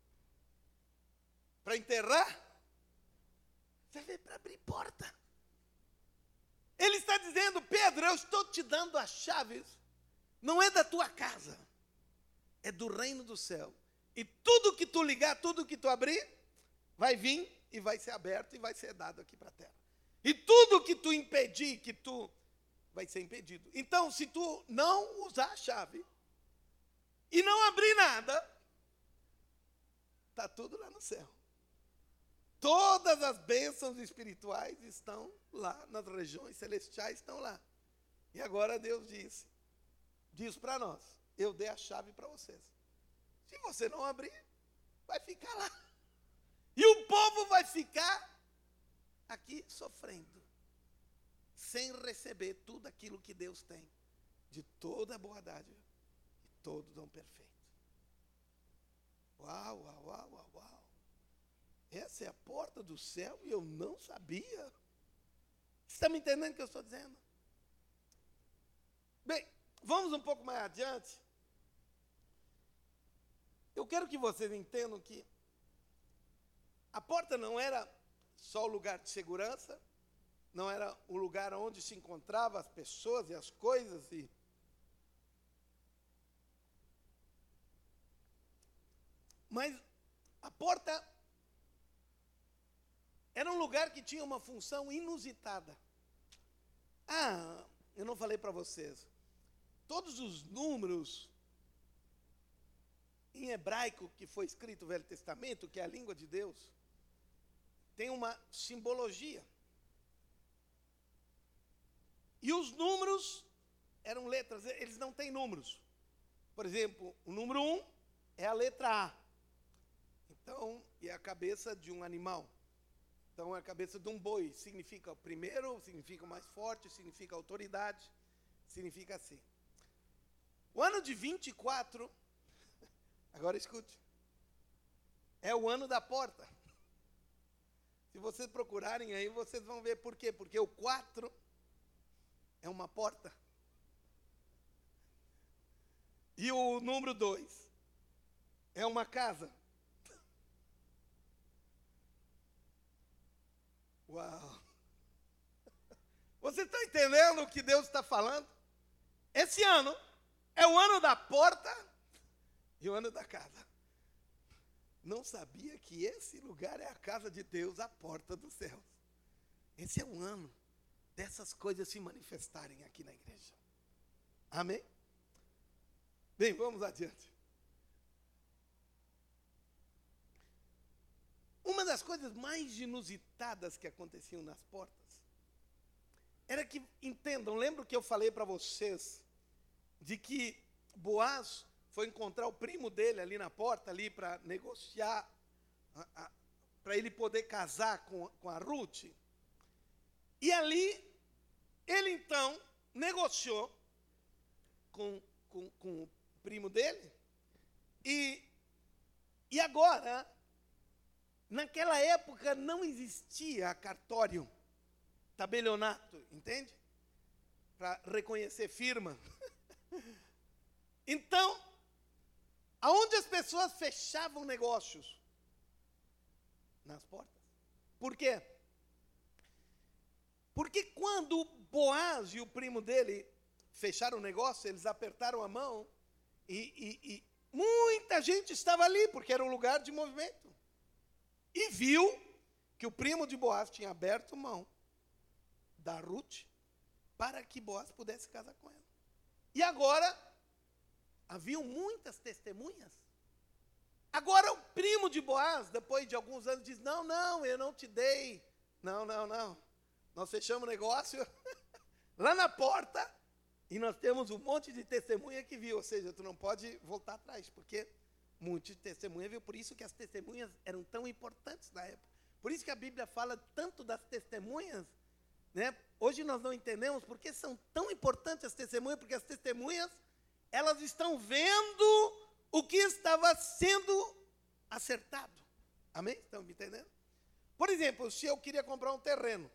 Para enterrar? Você vê, para abrir porta. Ele está dizendo, Pedro, eu estou te dando as chaves, não é da tua casa, é do reino do céu. E tudo que tu ligar, tudo que tu abrir, vai vir e vai ser aberto e vai ser dado aqui para a terra. E tudo que tu impedir, que tu vai ser impedido. Então, se tu não usar a chave e não abrir nada, está tudo lá no céu. Todas as bênçãos espirituais estão lá, nas regiões celestiais estão lá. E agora Deus disse, diz para nós, eu dei a chave para vocês. Se você não abrir, vai ficar lá. E o povo vai ficar aqui sofrendo, sem receber tudo aquilo que Deus tem, de toda a boa dádiva e todo dom perfeito. Uau, uau, uau, uau, uau. Essa é a porta do céu e eu não sabia. Você está me entendendo o que eu estou dizendo? Bem, vamos um pouco mais adiante. Eu quero que vocês entendam que a porta não era só o lugar de segurança, não era o lugar onde se encontravam as pessoas e as coisas. E... Mas a porta era um lugar que tinha uma função inusitada. Ah, eu não falei para vocês. Todos os números em hebraico que foi escrito no Velho Testamento, que é a língua de Deus, tem uma simbologia. E os números eram letras, eles não têm números. Por exemplo, o número um é a letra A. Então, é a cabeça de um animal. Então, é a cabeça de um boi. Significa o primeiro, significa o mais forte, significa autoridade, significa assim. O ano de vinte e quatro, agora escute, é o ano da porta. Se vocês procurarem aí, vocês vão ver por quê. Porque o quatro é uma porta. E o número dois é uma casa. Uau! Você está entendendo o que Deus está falando? Esse ano é o ano da porta e o ano da casa. Não sabia que esse lugar é a casa de Deus, a porta dos céus. Esse é o ano dessas coisas se manifestarem aqui na igreja. Amém? Bem, vamos adiante. Uma das coisas mais inusitadas que aconteciam nas portas era que, entendam, lembra que eu falei para vocês de que Boaz foi encontrar o primo dele ali na porta, ali para negociar, para ele poder casar com, com a Ruth. E ali, ele então negociou com, com, com o primo dele. E, e agora, naquela época não existia cartório, tabelionato, entende? Para reconhecer firma. Então, aonde as pessoas fechavam negócios? Nas portas. Por quê? Porque quando Boaz e o primo dele fecharam o negócio, eles apertaram a mão E, e, e muita gente estava ali, porque era um lugar de movimento. E viu que o primo de Boaz tinha aberto mão da Ruth para que Boaz pudesse casar com ela. E agora, haviam muitas testemunhas. Agora o primo de Boaz, depois de alguns anos, diz, não, não, eu não te dei. Não, não, não. Nós fechamos o negócio lá na porta e nós temos um monte de testemunha que viu. Ou seja, tu não pode voltar atrás, porque um monte de testemunha viu. Por isso que as testemunhas eram tão importantes na época. Por isso que a Bíblia fala tanto das testemunhas, né? Hoje nós não entendemos por que são tão importantes as testemunhas, porque as testemunhas, elas estão vendo o que estava sendo acertado. Amém? Estão me entendendo? Por exemplo, se eu queria comprar um terreno,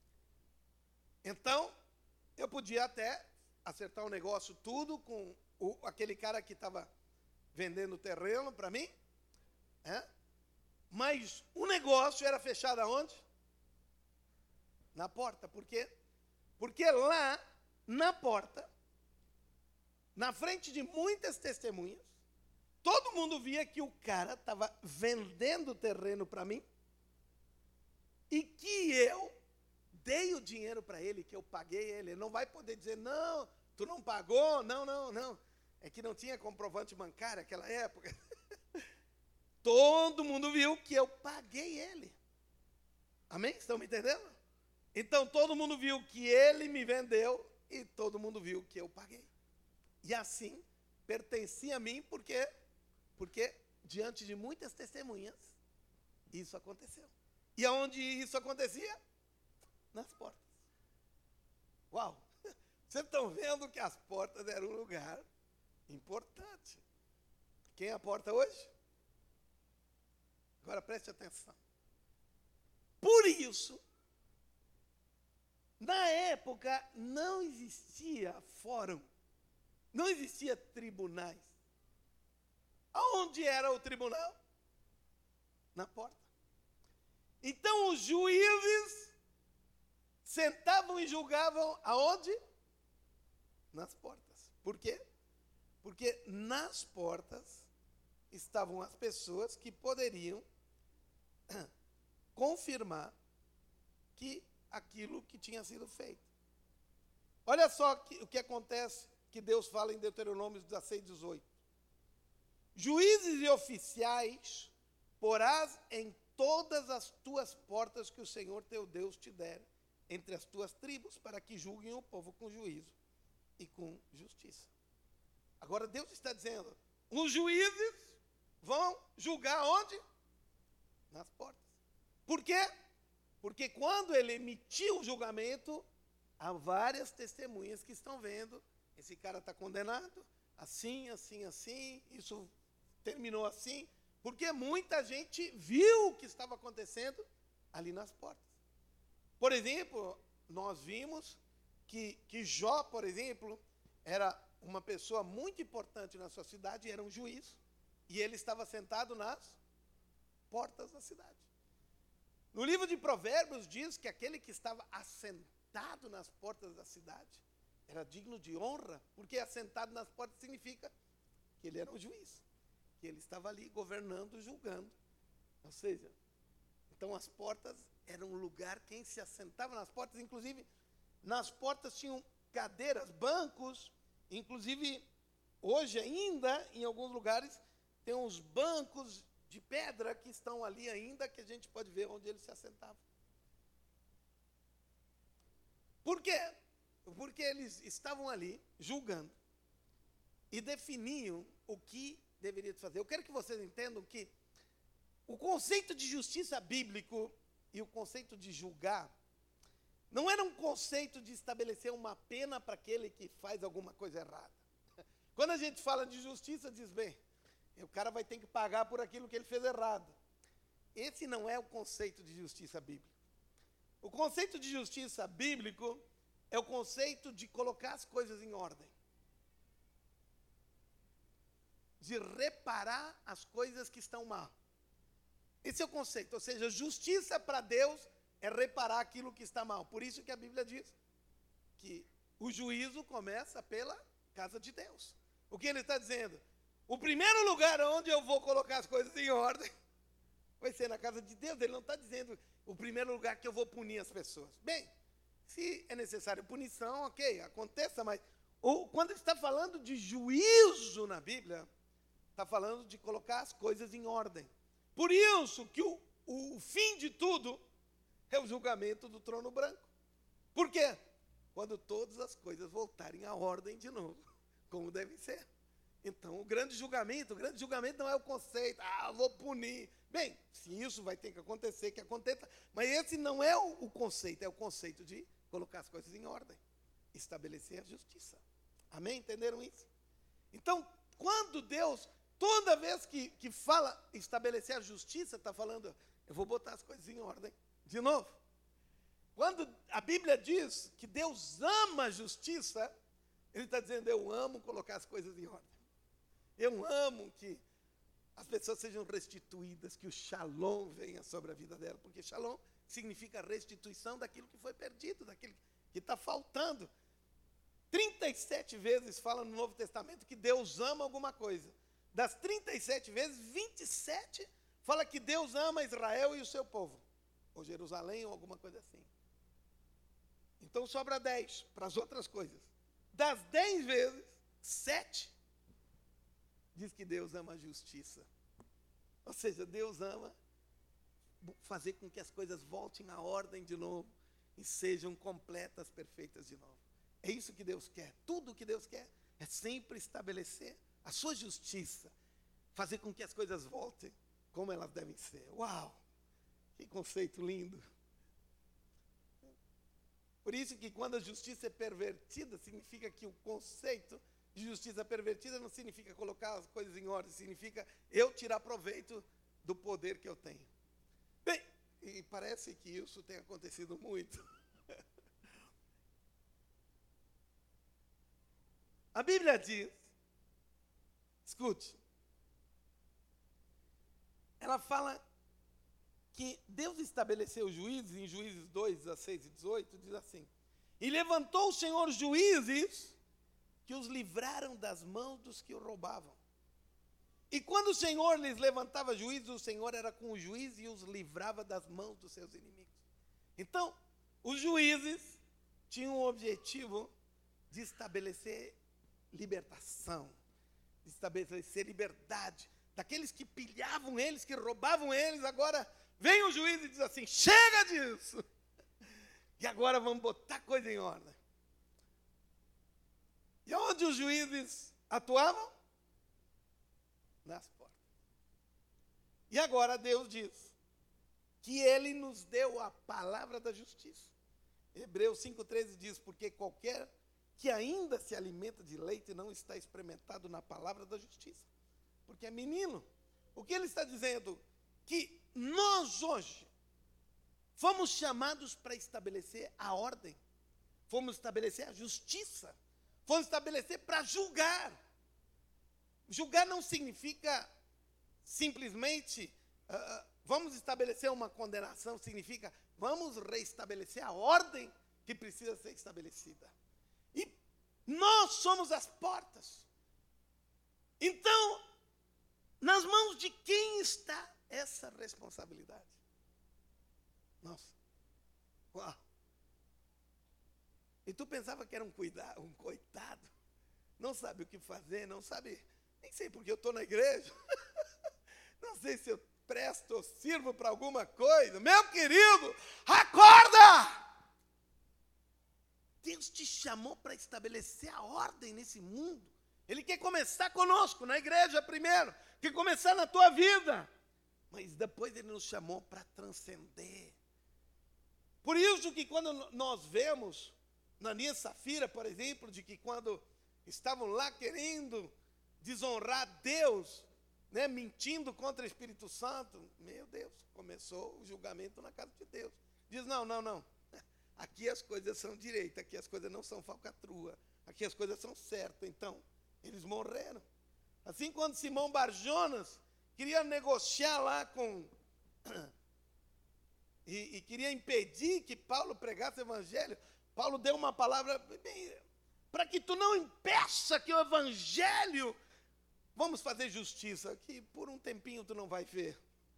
então eu podia até acertar o negócio tudo com o, aquele cara que estava vendendo o terreno para mim, é? Mas o negócio era fechado aonde? Na porta. Por quê? Porque lá, na porta, na frente de muitas testemunhas, todo mundo via que o cara estava vendendo o terreno para mim e que eu dei o dinheiro para ele, que eu paguei ele. Ele não vai poder dizer, não, tu não pagou, não, não, não. É que não tinha comprovante bancário naquela época. Todo mundo viu que eu paguei ele. Amém? Estão me entendendo? Então todo mundo viu que ele me vendeu e todo mundo viu que eu paguei. E assim, pertencia a mim porque... Porque, diante de muitas testemunhas, isso aconteceu. E aonde isso acontecia? Nas portas. Uau! Vocês estão vendo que as portas eram um lugar importante. Quem é a porta hoje? Agora preste atenção. Por isso, na época, não existia fórum, não existia tribunais. Aonde era o tribunal? Na porta. Então os juízes sentavam e julgavam aonde? Nas portas. Por quê? Porque nas portas estavam as pessoas que poderiam confirmar que aquilo que tinha sido feito. Olha só que, o que acontece, que Deus fala em Deuteronômio dezesseis, dezoito. Juízes e oficiais porás em todas as tuas portas que o Senhor teu Deus te der, entre as tuas tribos, para que julguem o povo com juízo e com justiça. Agora Deus está dizendo, os juízes vão julgar onde? Nas portas. Por quê? Porque quando ele emitiu o julgamento, há várias testemunhas que estão vendo, esse cara está condenado, assim, assim, assim, isso terminou assim, porque muita gente viu o que estava acontecendo ali nas portas. Por exemplo, nós vimos que, que Jó, por exemplo, era uma pessoa muito importante na sua cidade, era um juiz, e ele estava sentado nas portas da cidade. No livro de Provérbios diz que aquele que estava assentado nas portas da cidade era digno de honra, porque assentado nas portas significa que ele era um juiz, que ele estava ali governando, julgando. Ou seja, então as portas eram um lugar, quem se assentava nas portas, inclusive nas portas tinham cadeiras, bancos, inclusive hoje ainda em alguns lugares tem uns bancos de pedra que estão ali ainda, que a gente pode ver onde eles se assentavam. Por quê? Porque eles estavam ali julgando e definiam o que deveria fazer. Eu quero que vocês entendam que o conceito de justiça bíblico e o conceito de julgar não era um conceito de estabelecer uma pena para aquele que faz alguma coisa errada. Quando a gente fala de justiça, diz, bem, o cara vai ter que pagar por aquilo que ele fez errado. Esse não é o conceito de justiça bíblica. O conceito de justiça bíblico é o conceito de colocar as coisas em ordem, de reparar as coisas que estão mal. Esse é o conceito, ou seja, justiça para Deus é reparar aquilo que está mal. Por isso que a Bíblia diz que o juízo começa pela casa de Deus. O que ele está dizendo? O primeiro lugar onde eu vou colocar as coisas em ordem vai ser na casa de Deus. Ele não está dizendo o primeiro lugar que eu vou punir as pessoas. Bem, se é necessário punição, ok, aconteça, mas ou, quando ele está falando de juízo na Bíblia, está falando de colocar as coisas em ordem. Por isso que o, o fim de tudo é o julgamento do trono branco. Por quê? Quando todas as coisas voltarem à ordem de novo, como devem ser. Então, o grande julgamento, o grande julgamento não é o conceito, ah, vou punir. Bem, se isso vai ter que acontecer, que aconteça. Mas esse não é o, o conceito, é o conceito de colocar as coisas em ordem. Estabelecer a justiça. Amém? Entenderam isso? Então, quando Deus, toda vez que, que fala estabelecer a justiça, está falando, eu vou botar as coisas em ordem. De novo. Quando a Bíblia diz que Deus ama a justiça, Ele está dizendo, eu amo colocar as coisas em ordem. Eu amo que as pessoas sejam restituídas, que o shalom venha sobre a vida dela, porque shalom significa restituição daquilo que foi perdido, daquilo que está faltando. trinta e sete vezes fala no Novo Testamento que Deus ama alguma coisa. Das trinta e sete vezes, vinte e sete fala que Deus ama Israel e o seu povo, ou Jerusalém, ou alguma coisa assim. Então sobra dez para as outras coisas. Das dez vezes, sete diz que Deus ama a justiça. Ou seja, Deus ama fazer com que as coisas voltem à ordem de novo e sejam completas, perfeitas de novo. É isso que Deus quer. Tudo o que Deus quer é sempre estabelecer a sua justiça, fazer com que as coisas voltem como elas devem ser. Uau! Que conceito lindo! Por isso que quando a justiça é pervertida, significa que o conceito de justiça pervertida não significa colocar as coisas em ordem, significa eu tirar proveito do poder que eu tenho. Bem, e parece que isso tem acontecido muito. A Bíblia diz, escute, ela fala que Deus estabeleceu juízes, em Juízes dois, dezesseis e dezoito, diz assim, e levantou o Senhor juízes que os livraram das mãos dos que o roubavam. E quando o Senhor lhes levantava juízes, o Senhor era com o juiz e os livrava das mãos dos seus inimigos. Então, os juízes tinham o objetivo de estabelecer libertação, de estabelecer liberdade, daqueles que pilhavam eles, que roubavam eles. Agora vem o juiz e diz assim, chega disso, e agora vamos botar coisa em ordem. E onde os juízes atuavam? Nas portas. E agora Deus diz que Ele nos deu a palavra da justiça. Hebreus cinco, treze diz, porque qualquer que ainda se alimenta de leite não está experimentado na palavra da justiça, porque é menino. O que ele está dizendo? Que nós hoje fomos chamados para estabelecer a ordem, fomos estabelecer a justiça, fomos estabelecer para julgar. Julgar não significa simplesmente, uh, vamos estabelecer uma condenação, significa vamos reestabelecer a ordem que precisa ser estabelecida. E nós somos as portas. Então, nas mãos de quem está essa responsabilidade? Nossa, uau. E tu pensava que era um, cuida, um coitado, não sabe o que fazer, não sabe, nem sei porque eu estou na igreja, não sei se eu presto ou sirvo para alguma coisa. Meu querido, acorda! Deus te chamou para estabelecer a ordem nesse mundo. Ele quer começar conosco, na igreja primeiro, quer começar na tua vida, mas depois Ele nos chamou para transcender. Por isso que quando nós vemos, Ananias e Safira, por exemplo, de que quando estavam lá querendo desonrar Deus, né, mentindo contra o Espírito Santo, meu Deus, começou o julgamento na casa de Deus. Diz, não, não, não, aqui as coisas são direitas, aqui as coisas não são falcatrua, aqui as coisas são certas. Então, eles morreram. Assim, quando Simão Barjonas queria negociar lá com... E, e queria impedir que Paulo pregasse o evangelho, Paulo deu uma palavra bem, para que tu não impeça que o evangelho, vamos fazer justiça, que por um tempinho tu não vai ver.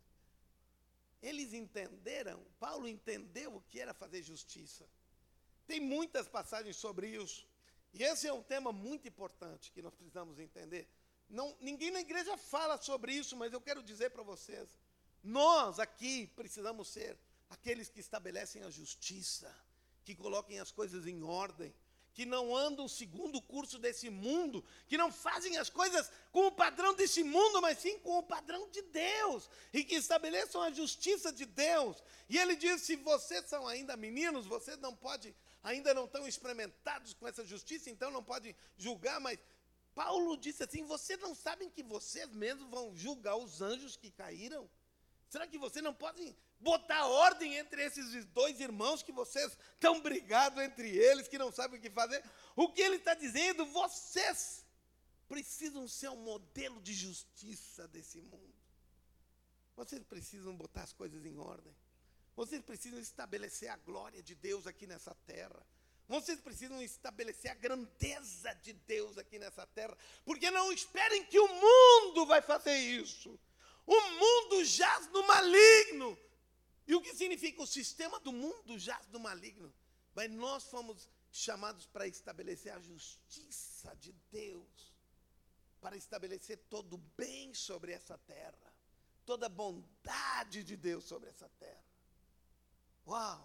Eles entenderam, Paulo entendeu o que era fazer justiça. Tem muitas passagens sobre isso. E esse é um tema muito importante que nós precisamos entender. Não, ninguém na igreja fala sobre isso, mas eu quero dizer para vocês, nós aqui precisamos ser aqueles que estabelecem a justiça, que coloquem as coisas em ordem, que não andam segundo o curso desse mundo, que não fazem as coisas com o padrão desse mundo, mas sim com o padrão de Deus, e que estabeleçam a justiça de Deus. E ele diz, se vocês são ainda meninos, vocês não podem, ainda não estão experimentados com essa justiça, então não podem julgar, mas Paulo disse assim, vocês não sabem que vocês mesmos vão julgar os anjos que caíram? Será que vocês não podem botar ordem entre esses dois irmãos que vocês estão brigados entre eles, que não sabem o que fazer? O que ele está dizendo, vocês precisam ser um modelo de justiça desse mundo. Vocês precisam botar as coisas em ordem. Vocês precisam estabelecer a glória de Deus aqui nessa terra. Vocês precisam estabelecer a grandeza de Deus aqui nessa terra. Porque não esperem que o mundo vai fazer isso. O mundo jaz no maligno. E o que significa? O sistema do mundo jaz no maligno. Mas nós fomos chamados para estabelecer a justiça de Deus. Para estabelecer todo o bem sobre essa terra. Toda a bondade de Deus sobre essa terra. Uau!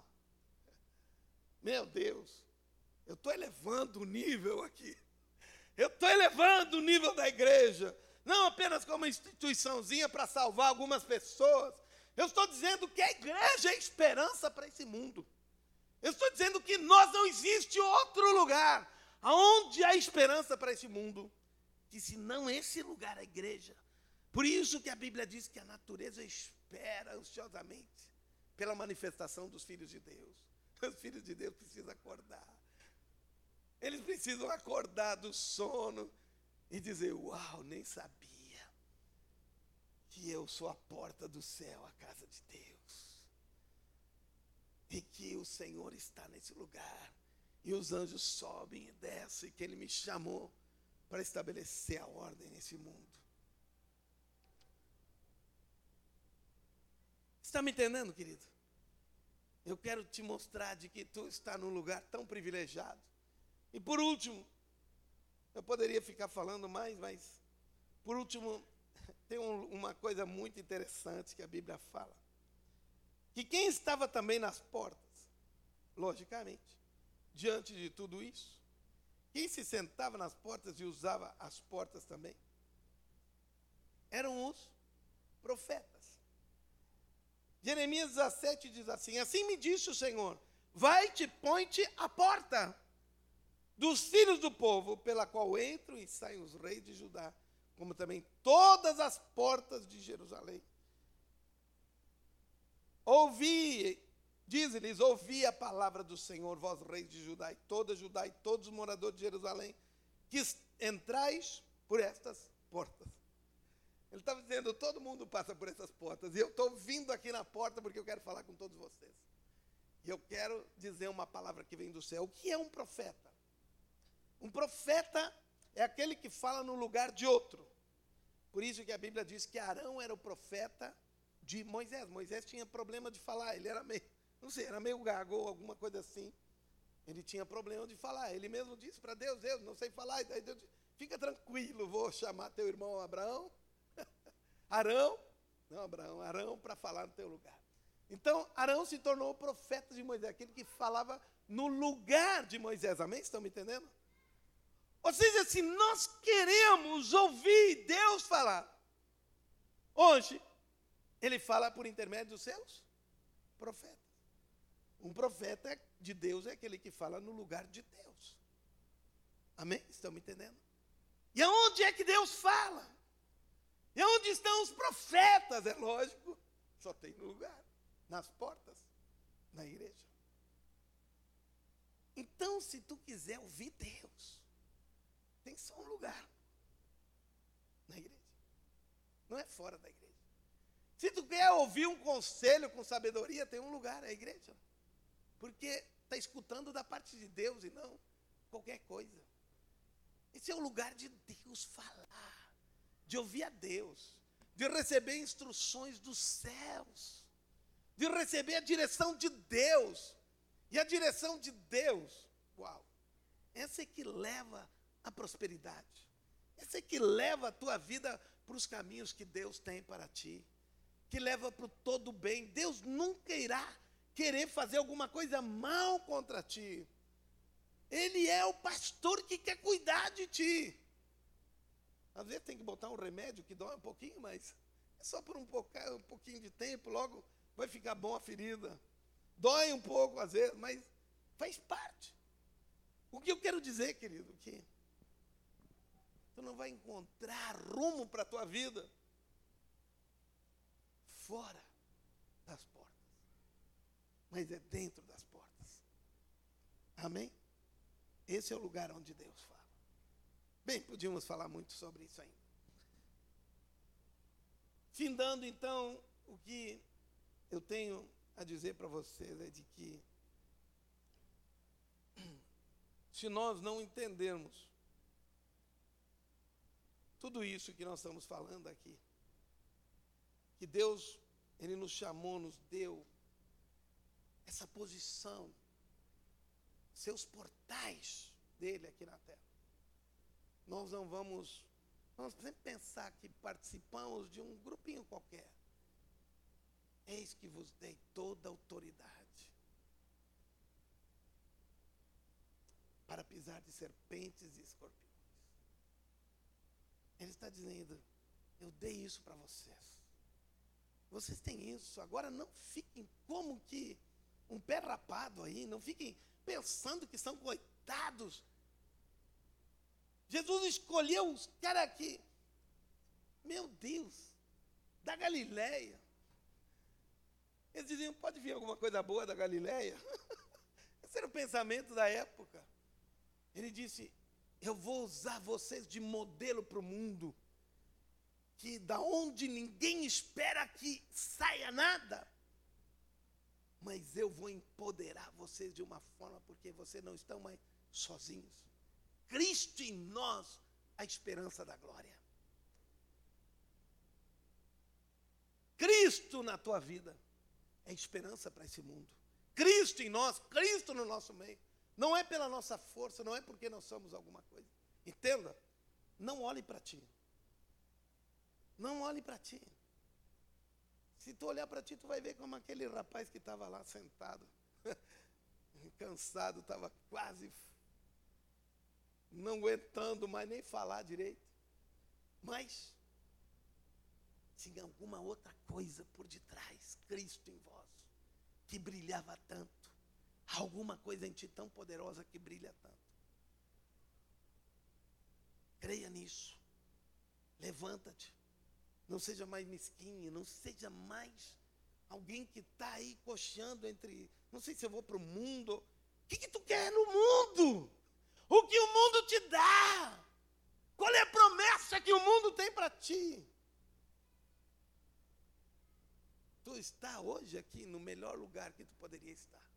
Meu Deus! Eu estou elevando o nível aqui. Eu estou elevando o nível da igreja. Não apenas como uma instituiçãozinha para salvar algumas pessoas. Eu estou dizendo que a igreja é esperança para esse mundo. Eu estou dizendo que nós não existe outro lugar onde há esperança para esse mundo, que se não esse lugar, a igreja. Por isso que a Bíblia diz que a natureza espera ansiosamente pela manifestação dos filhos de Deus. Os filhos de Deus precisam acordar. Eles precisam acordar do sono e dizer, uau, nem sabia que eu sou a porta do céu, a casa de Deus. E que o Senhor está nesse lugar. E os anjos sobem e descem, que Ele me chamou para estabelecer a ordem nesse mundo. Está me entendendo, querido? Eu quero te mostrar de que tu está num lugar tão privilegiado. E por último, eu poderia ficar falando mais, mas por último, tem um, uma coisa muito interessante que a Bíblia fala. Que quem estava também nas portas, logicamente, diante de tudo isso, quem se sentava nas portas e usava as portas também, eram os profetas. Jeremias dezessete diz assim, assim me disse o Senhor, vai-te, põe-te à porta dos filhos do povo, pela qual entram e saem os reis de Judá, como também todas as portas de Jerusalém. Ouvi, diz-lhes, ouvi a palavra do Senhor, vós reis de Judá, e toda Judá, e todos os moradores de Jerusalém, que entrais por estas portas. Ele estava dizendo, todo mundo passa por essas portas, e eu estou vindo aqui na porta porque eu quero falar com todos vocês. E eu quero dizer uma palavra que vem do céu. O que é um profeta? Um profeta é aquele que fala no lugar de outro. Por isso que a Bíblia diz que Arão era o profeta de Moisés. Moisés tinha problema de falar, ele era meio, não sei, era meio gago ou alguma coisa assim. Ele tinha problema de falar. Ele mesmo disse para Deus, Deus, não sei falar. E daí Deus disse, fica tranquilo, vou chamar teu irmão Abraão. Arão, não Abraão, Arão para falar no teu lugar. Então, Arão se tornou o profeta de Moisés, aquele que falava no lugar de Moisés. Amém? Estão me entendendo? Ou seja, se nós queremos ouvir Deus falar, hoje, Ele fala por intermédio dos seus profetas. Um profeta de Deus é aquele que fala no lugar de Deus. Amém? Estão me entendendo? E aonde é que Deus fala? E onde estão os profetas? É lógico, só tem no lugar, nas portas, na igreja. Então, se tu quiser ouvir Deus, tem só um lugar, na igreja. Não é fora da igreja. Se tu quer ouvir um conselho com sabedoria, tem um lugar, é a igreja. Porque está escutando da parte de Deus e não qualquer coisa. Esse é o lugar de Deus falar, de ouvir a Deus, de receber instruções dos céus, de receber a direção de Deus. E a direção de Deus, uau, essa é que leva à prosperidade. Essa é que leva a tua vida para os caminhos que Deus tem para ti, que leva para o todo bem. Deus nunca irá querer fazer alguma coisa mal contra ti. Ele é o pastor que quer cuidar de ti. Às vezes tem que botar um remédio que dói um pouquinho, mas é só por um pouquinho, um pouquinho de tempo, logo vai ficar bom a ferida. Dói um pouco às vezes, mas faz parte. O que eu quero dizer, querido, que tu não vai encontrar rumo para a tua vida fora das portas, mas é dentro das portas. Amém? Esse é o lugar onde Deus fala. Bem, podíamos falar muito sobre isso ainda. Findando, então, o que eu tenho a dizer para vocês é de que se nós não entendermos tudo isso que nós estamos falando aqui, que Deus, Ele nos chamou, nos deu essa posição, seus portais dele aqui na terra. Nós não vamos, vamos sempre pensar que participamos de um grupinho qualquer. Eis que vos dei toda a autoridade para pisar de serpentes e escorpiões. Ele está dizendo, eu dei isso para vocês. Vocês têm isso. Agora não fiquem como que um pé rapado aí, não fiquem pensando que são coitados. Jesus escolheu os caras aqui, meu Deus, da Galileia. Eles diziam, pode vir alguma coisa boa da Galileia? Esse era o pensamento da época. Ele disse, eu vou usar vocês de modelo para o mundo, que da onde ninguém espera que saia nada, mas eu vou empoderar vocês de uma forma, porque vocês não estão mais sozinhos. Cristo em nós, a esperança da glória. Cristo na tua vida é esperança para esse mundo. Cristo em nós, Cristo no nosso meio. Não é pela nossa força, não é porque nós somos alguma coisa. Entenda? Não olhe para ti. Não olhe para ti. Se tu olhar para ti, tu vai ver como aquele rapaz que estava lá sentado, cansado, estava quase não aguentando mais nem falar direito. Mas tinha alguma outra coisa por detrás, Cristo em vós, que brilhava tanto. Alguma coisa em ti tão poderosa que brilha tanto. Creia nisso. Levanta-te. Não seja mais mesquinha, não seja mais alguém que está aí coxando entre, não sei se eu vou para o mundo. O que, que tu quer no mundo? O que o mundo te dá? Qual é a promessa que o mundo tem para ti? Tu está hoje aqui no melhor lugar que tu poderia estar.